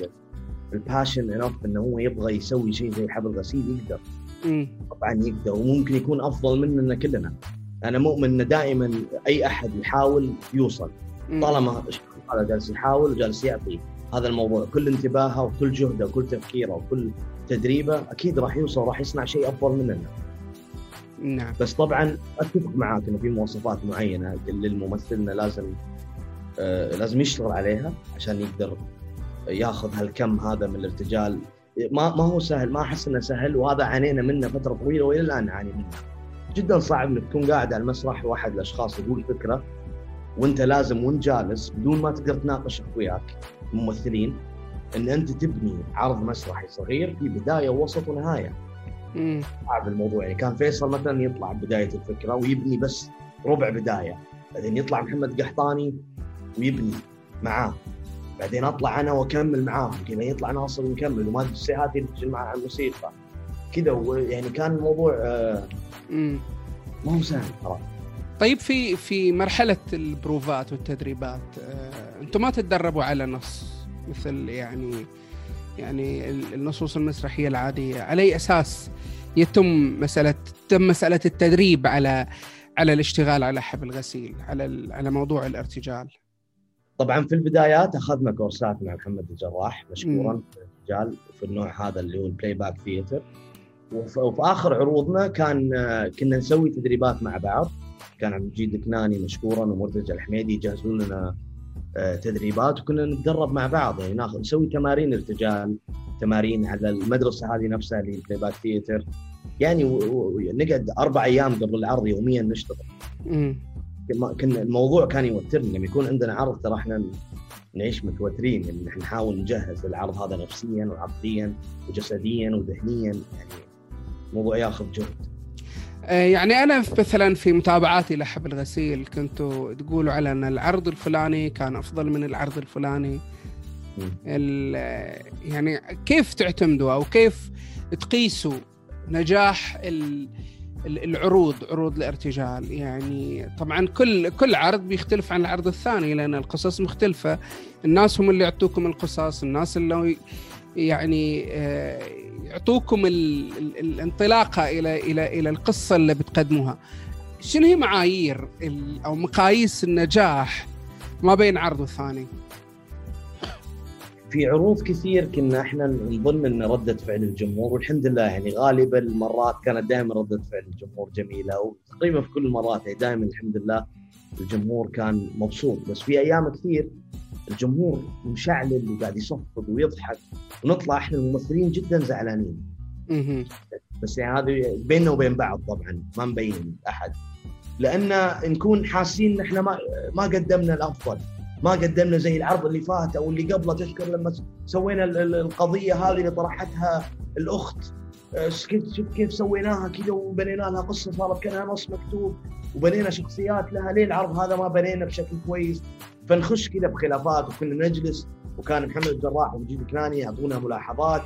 الباشن إنف إنه هو يبغى يسوي شيء زي حب الغسيل يقدر. م. طبعا يقدر، وممكن يكون أفضل مننا كلنا. أنا مؤمن إن دائما أي أحد يحاول يوصل، طالما هذا جالس يحاول وجالس يعطي هذا الموضوع كل انتباهه وكل جهده وكل تفكيره وكل تدريبه، أكيد راح يوصل، راح يصنع شيء أفضل مننا. نعم. بس طبعا أتفق معاك إن في مواصفات معينة للممثل لازم آه لازم يشتغل عليها عشان يقدر ياخذ هالكم هذا من الارتجال. ما ما هو سهل، ما أحس إنه سهل، وهذا عانينا منه فترة طويلة وإلى الآن نعاني منه. جدا صعب إنك تكون قاعد على المسرح واحد الأشخاص يقول فكرة وأنت لازم وأنت جالس بدون ما تقدر تناقش أخوياك الممثلين إن أنت تبني عرض مسرحي صغير في بداية ووسط ونهاية. صعب الموضوع. يعني كان فيصل مثلا يطلع بداية الفكرة ويبني بس ربع بداية، بعدين يطلع محمد قحطاني ويبني معاه، بعدين أطلع أنا وأكمل معاه، كذا يطلع ناصر ونكمل، وماجد السيهاتي يسجل مع الموسيقى كذا. يعني كان الموضوع آه ما هو سهل صراحة. طيب في في مرحلة البروفات والتدريبات آه، أنتم ما تتدربوا على نص مثل يعني يعني النصوص المسرحية العادية؟ على أي أساس يتم مسألة تم مسألة التدريب على على الاشتغال على حب الغسيل، على على موضوع الارتجال؟ طبعا في البدايات أخذنا كورسات مع محمد الجراح مشكورا في الارتجال في النوع هذا اللي هو البلاي باك ثياتر، وفي آخر عروضنا كان كنا نسوي تدريبات مع بعض. كان عبد المجيد الكناني مشكورا ومرتجى الحميدي يجهزون لنا تدريبات وكنا نتدرب مع بعض. يعني ناخذ نسوي تمارين ارتجال، تمارين على المدرسة هذه نفسها اللي البلاي باك ثياتر، يعني نقعد اربع ايام قبل العرض يوميا نشتغل. امم كنا الموضوع كان يوترني لما يكون عندنا عرض، ترى احنا نعيش متوترين، يعني نحن نحاول نجهز العرض هذا نفسيا وعقليا وجسديا وذهنيا، يعني موضوع ياخذ جهد. يعني أنا مثلا في متابعاتي لحب الغسيل كنتوا تقولوا على أن العرض الفلاني كان أفضل من العرض الفلاني. يعني كيف تعتمدوا أو كيف تقيسوا نجاح العروض، عروض الارتجال؟ يعني طبعا كل كل عرض بيختلف عن العرض الثاني لأن القصص مختلفة، الناس هم اللي يعطوكم القصص، الناس اللي يعني يعطوكم الانطلاقة إلى إلى إلى القصة اللي بتقدموها. شنو هي معايير أو مقاييس النجاح ما بين عرض والثاني؟ في عروض كثير كنا احنا نظن ان ردة فعل الجمهور، والحمد لله يعني غالبا المرات كانت دائما ردة فعل الجمهور جميلة، وتقريبا في كل المرات يعني دائما الحمد لله الجمهور كان مبسوط. بس في ايام كثير الجمهور مشعلل وقاعد يصفق ويضحك، ونطلع احنا الممثلين جدا زعلانين. بس يعني هذا بيننا وبين بعض طبعا ما نبين احد، لان نكون حاسين ان احنا ما ما قدمنا الافضل، ما قدمنا زي العرض اللي فات او اللي قبله. تذكر لما سوينا القضيه هذه اللي طرحتها الاخت، شوف كيف سويناها كذا وبنينا لها قصه صارت كانها نص مكتوب، وبنينا شخصيات لها. ليه العرض هذا ما بنينا بشكل كويس؟ فنخش كذا بخلافات، وكنا نجلس وكان محمد الجراح ومجيد الكناني يعطونا ملاحظات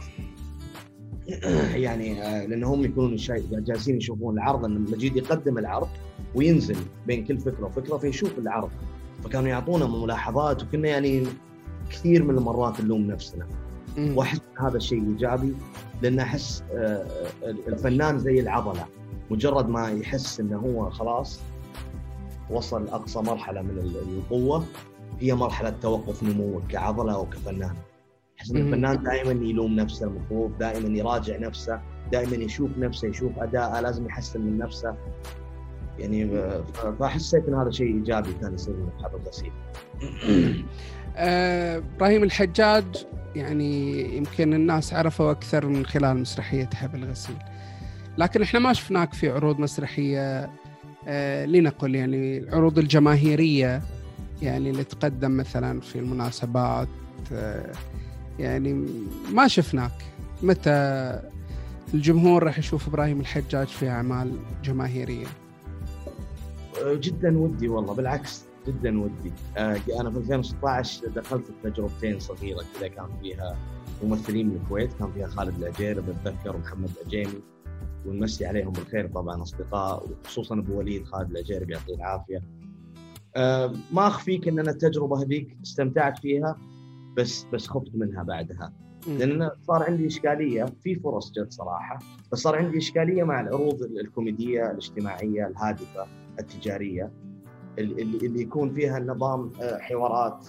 يعني لانهم يكونون جالسين يشوفون العرض، ان مجيد يقدم العرض وينزل بين كل فكره وفكره فيشوف العرض، فكانوا يعطونا ملاحظات، وكنا يعني كثير من المرات نلوم نفسنا. واحس هذا الشيء ايجابي، لان احس الفنان زي العضله، مجرد ما يحس انه هو خلاص وصل اقصى مرحله من القوه هي مرحله توقف نموه كعضله او كفنان. احس ان الفنان دائما يلوم نفسه، المفروض دائما يراجع نفسه، دائما يشوف نفسه، يشوف اداءه، لازم يحسن من نفسه يعني. فحسيت ان هذا شيء ايجابي كان يصير في حب الغسيل. ابراهيم الحجاج يعني يمكن الناس عرفوا اكثر من خلال مسرحيه حب الغسيل، لكن احنا ما شفناك في عروض مسرحيه آه لنقل يعني العروض الجماهيريه يعني اللي تقدم مثلا في المناسبات، آه يعني ما شفناك. متى الجمهور راح يشوف إبراهيم الحجاج في أعمال جماهيرية؟ جدا ودي والله، بالعكس جدا ودي. آه أنا في ألفين وستة عشر دخلت تجربتين صغيرة كذا، كان فيها ممثلين من الكويت، كان فيها خالد العجيري بتذكر ومحمد العجيمي، ونمسي عليهم بالخير طبعا أصدقاء، وخصوصا أبو وليد خالد العجيري بيعطيه العافية. آه ما أخفيك أن أنا التجربة هذيك استمتعت فيها، بس بس خفت منها بعدها، لأن صار عندي إشكالية في فرص جد صراحة، بس صار عندي إشكالية مع العروض الكوميدية الاجتماعية الهادفة التجارية اللي, اللي يكون فيها النظام حوارات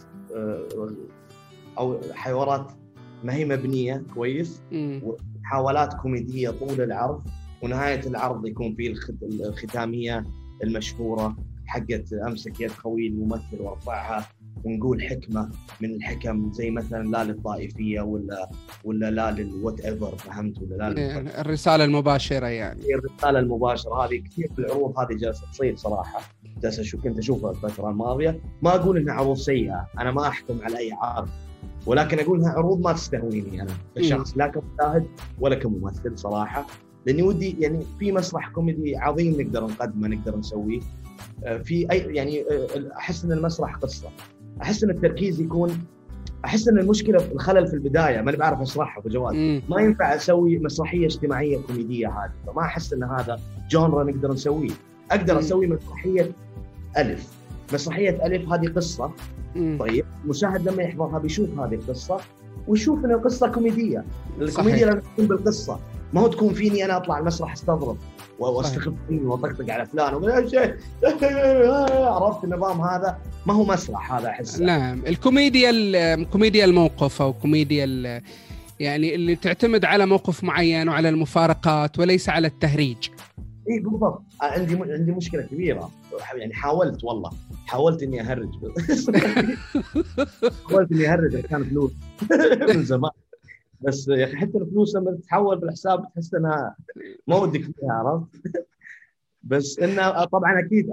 أو حوارات ما هي مبنية كويس، ومحاولات كوميدية طول العرض، ونهاية العرض يكون فيه الختامية المشهورة حقت أمسك يد خوي الممثل وارفعها ونقول حكمة من الحكم، زي مثلا لا للطائفية ولا ولا لا للوات ايفر، فهمت ولا لا للوات. الرسالة المباشرة يعني الرسالة المباشرة هذه كثير في العروض هذه جالسة تصير صراحة، جالسة شو كنت أشوفها الفترة الماضية. ما أقول إنها عروض سيئة، أنا ما أحكم على أي عرض، ولكن أقول إنها عروض ما تستهويني أنا كشخص، لا كمشاهد ولا كممثل صراحة، لأني ودي يعني في مسرح كوميدي عظيم نقدر نقدمه نقدر نسويه في أي يعني. أحس إن المسرح قصة، أحس إن التركيز يكون، أحس إن المشكلة في الخلل في البداية، ما بعرف أشرحها بجواد. ما ينفع أسوي مسرحية اجتماعية كوميدية هذه، فما أحس إن هذا جانرا نقدر نسويه. أقدر أسوي مسرحية ألف، مسرحية ألف هذه قصة. مم. طيب المشاهد لما يحضرها بيشوف هذه القصة ويشوف إن القصة كوميدية. الكوميديا لازم تكون بالقصة، ما هو تكون فيني أنا أطلع المسرح استظرف واستخف فيني وطقطق على فلان ومن شيء. عرفت النظام هذا ما هو مسرح هذا أحس. نعم، الكوميديا الكوميديا الموقف أو كوميديا يعني اللي تعتمد على موقف معين وعلى المفارقات وليس على التهريج. إيه بالضبط. عندي عندي مشكلة كبيرة يعني، حاولت والله حاولت إني أهرج حاولت إني أهرج كان فلوس من زمان، بس يا اخي حتى الفلوس لما تتحول بالحساب تحس انها ما ودك فيها، عرفت؟ بس انه طبعا اكيد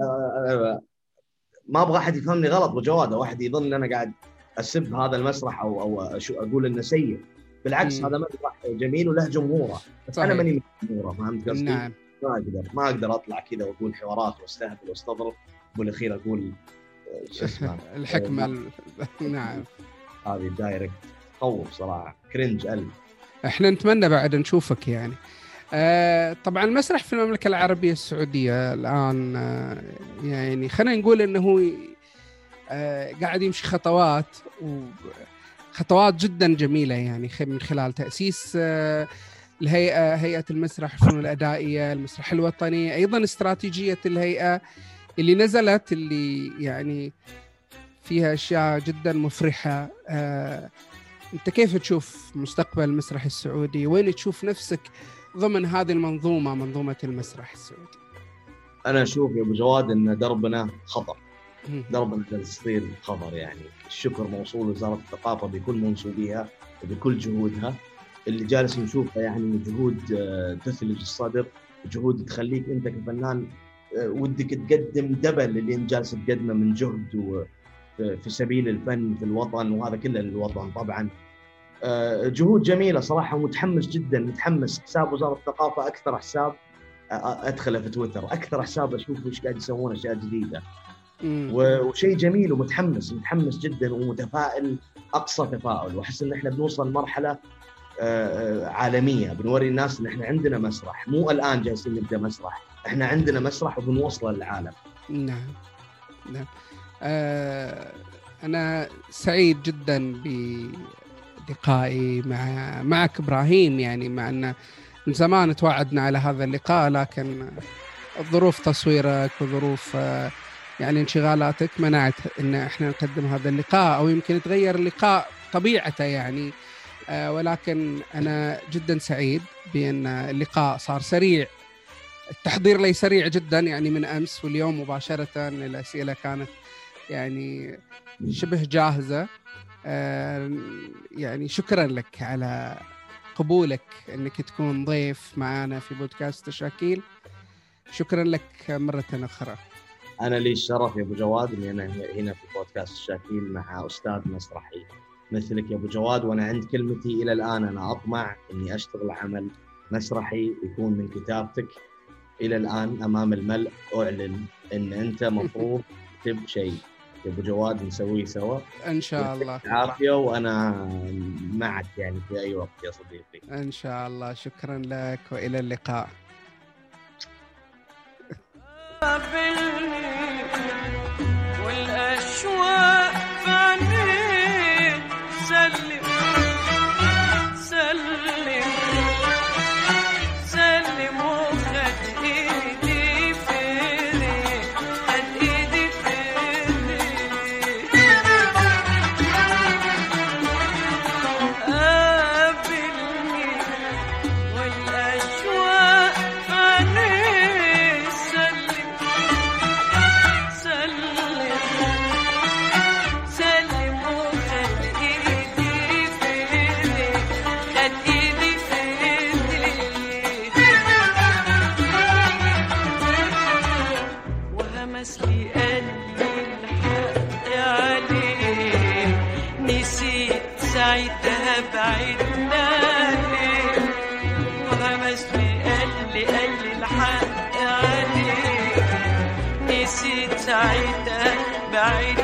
ما ابغى احد يفهمني غلط بجواد، او احد يظن ان انا قاعد اسب هذا المسرح او او اقول انه سيء. بالعكس هذا مسرح جميل وله جمهوره، بس صحيح. انا ماني من جمهوره، فهمت قصدي؟ نعم. ما اقدر ما اقدر اطلع كذا واقول حوارات واستهبل واستظرف بالاخير اقول شو اسمه الحكمه. نعم هذه الدايركت خوف صراحه، كرنج ألف. احنا نتمنى بعد نشوفك يعني. آه طبعا المسرح في المملكه العربيه السعوديه الان آه يعني خلينا نقول انه آه قاعد يمشي خطوات وخطوات جدا جميله يعني من خلال تاسيس آه الهيئه، هيئه المسرح الفنون الادائيه، المسرح الوطني، ايضا استراتيجيه الهيئه اللي نزلت اللي يعني فيها اشياء جدا مفرحه. آه انت كيف تشوف مستقبل المسرح السعودي؟ وين تشوف نفسك ضمن هذه المنظومه، منظومه المسرح السعودي؟ انا اشوف يا ابو جواد ان دربنا خطر، دربنا تصير خطر. يعني الشكر موصول لوزاره الثقافه بكل منسوبيها وبكل جهودها اللي جالس نشوفها، يعني جهود تثلج الصدر، جهود تخليك انت كفنان ودك تقدم دبل اللي انت جالس تقدمه من جهد في سبيل الفن في الوطن، وهذا كله للوطن طبعا. جهود جميله صراحه، ومتحمس جدا، متحمس. حساب وزاره الثقافه اكثر حساب ادخله في تويتر، اكثر حساب اشوف وش قاعد يسوون اشياء جديده وشيء جميل، ومتحمس متحمس جدا ومتفائل اقصى تفاؤل، واحس ان احنا بنوصل مرحله عالمية، بنوري الناس ان احنا عندنا مسرح، مو الان جالسين نبدا مسرح، احنا عندنا مسرح وبنوصله للعالم. نعم نعم. آه انا سعيد جدا بلقائي مع معك ابراهيم، يعني مع ان من زمان توعدنا على هذا اللقاء، لكن ظروف تصويرك وظروف آه يعني انشغالاتك منعت ان احنا نقدم هذا اللقاء، او يمكن تغير اللقاء طبيعته يعني. آه ولكن أنا جدا سعيد بأن اللقاء صار سريع، التحضير لي سريع جدا يعني من أمس، واليوم مباشرة الأسئلة كانت يعني شبه جاهزة. آه يعني شكرا لك على قبولك أنك تكون ضيف معنا في بودكاست تشاكيل، شكرا لك مرة أخرى. أنا لي الشرف يا أبو جواد أني أنا هنا في بودكاست تشاكيل مع أستاذ مسرحي مثلك يا أبو جواد، وأنا عند كلمتي إلى الآن. أنا أطمع أني أشتغل عمل مسرحي يكون من كتابتك. إلى الآن أمام الملأ أعلن أن أنت مفروض تكتب شيء يا أبو جواد نسويه سوا إن شاء الله. عافية، وأنا معك يعني في أي وقت يا صديقي إن شاء الله. شكرا لك وإلى اللقاء. والأشواق فعني سلم سلم سلم وخد ايدي فيني، خد ايدي فيني، قابلني والأشواق فعني سلم سلم سلم وخد ايدي فيني، خد ايدي فيني، وهمس لي قلبي الحق عليه، نسيت ساعتها بعدنا ليه، وهمس لي قلبي قلبي الحق عليه، نسيت ساعتها بعيد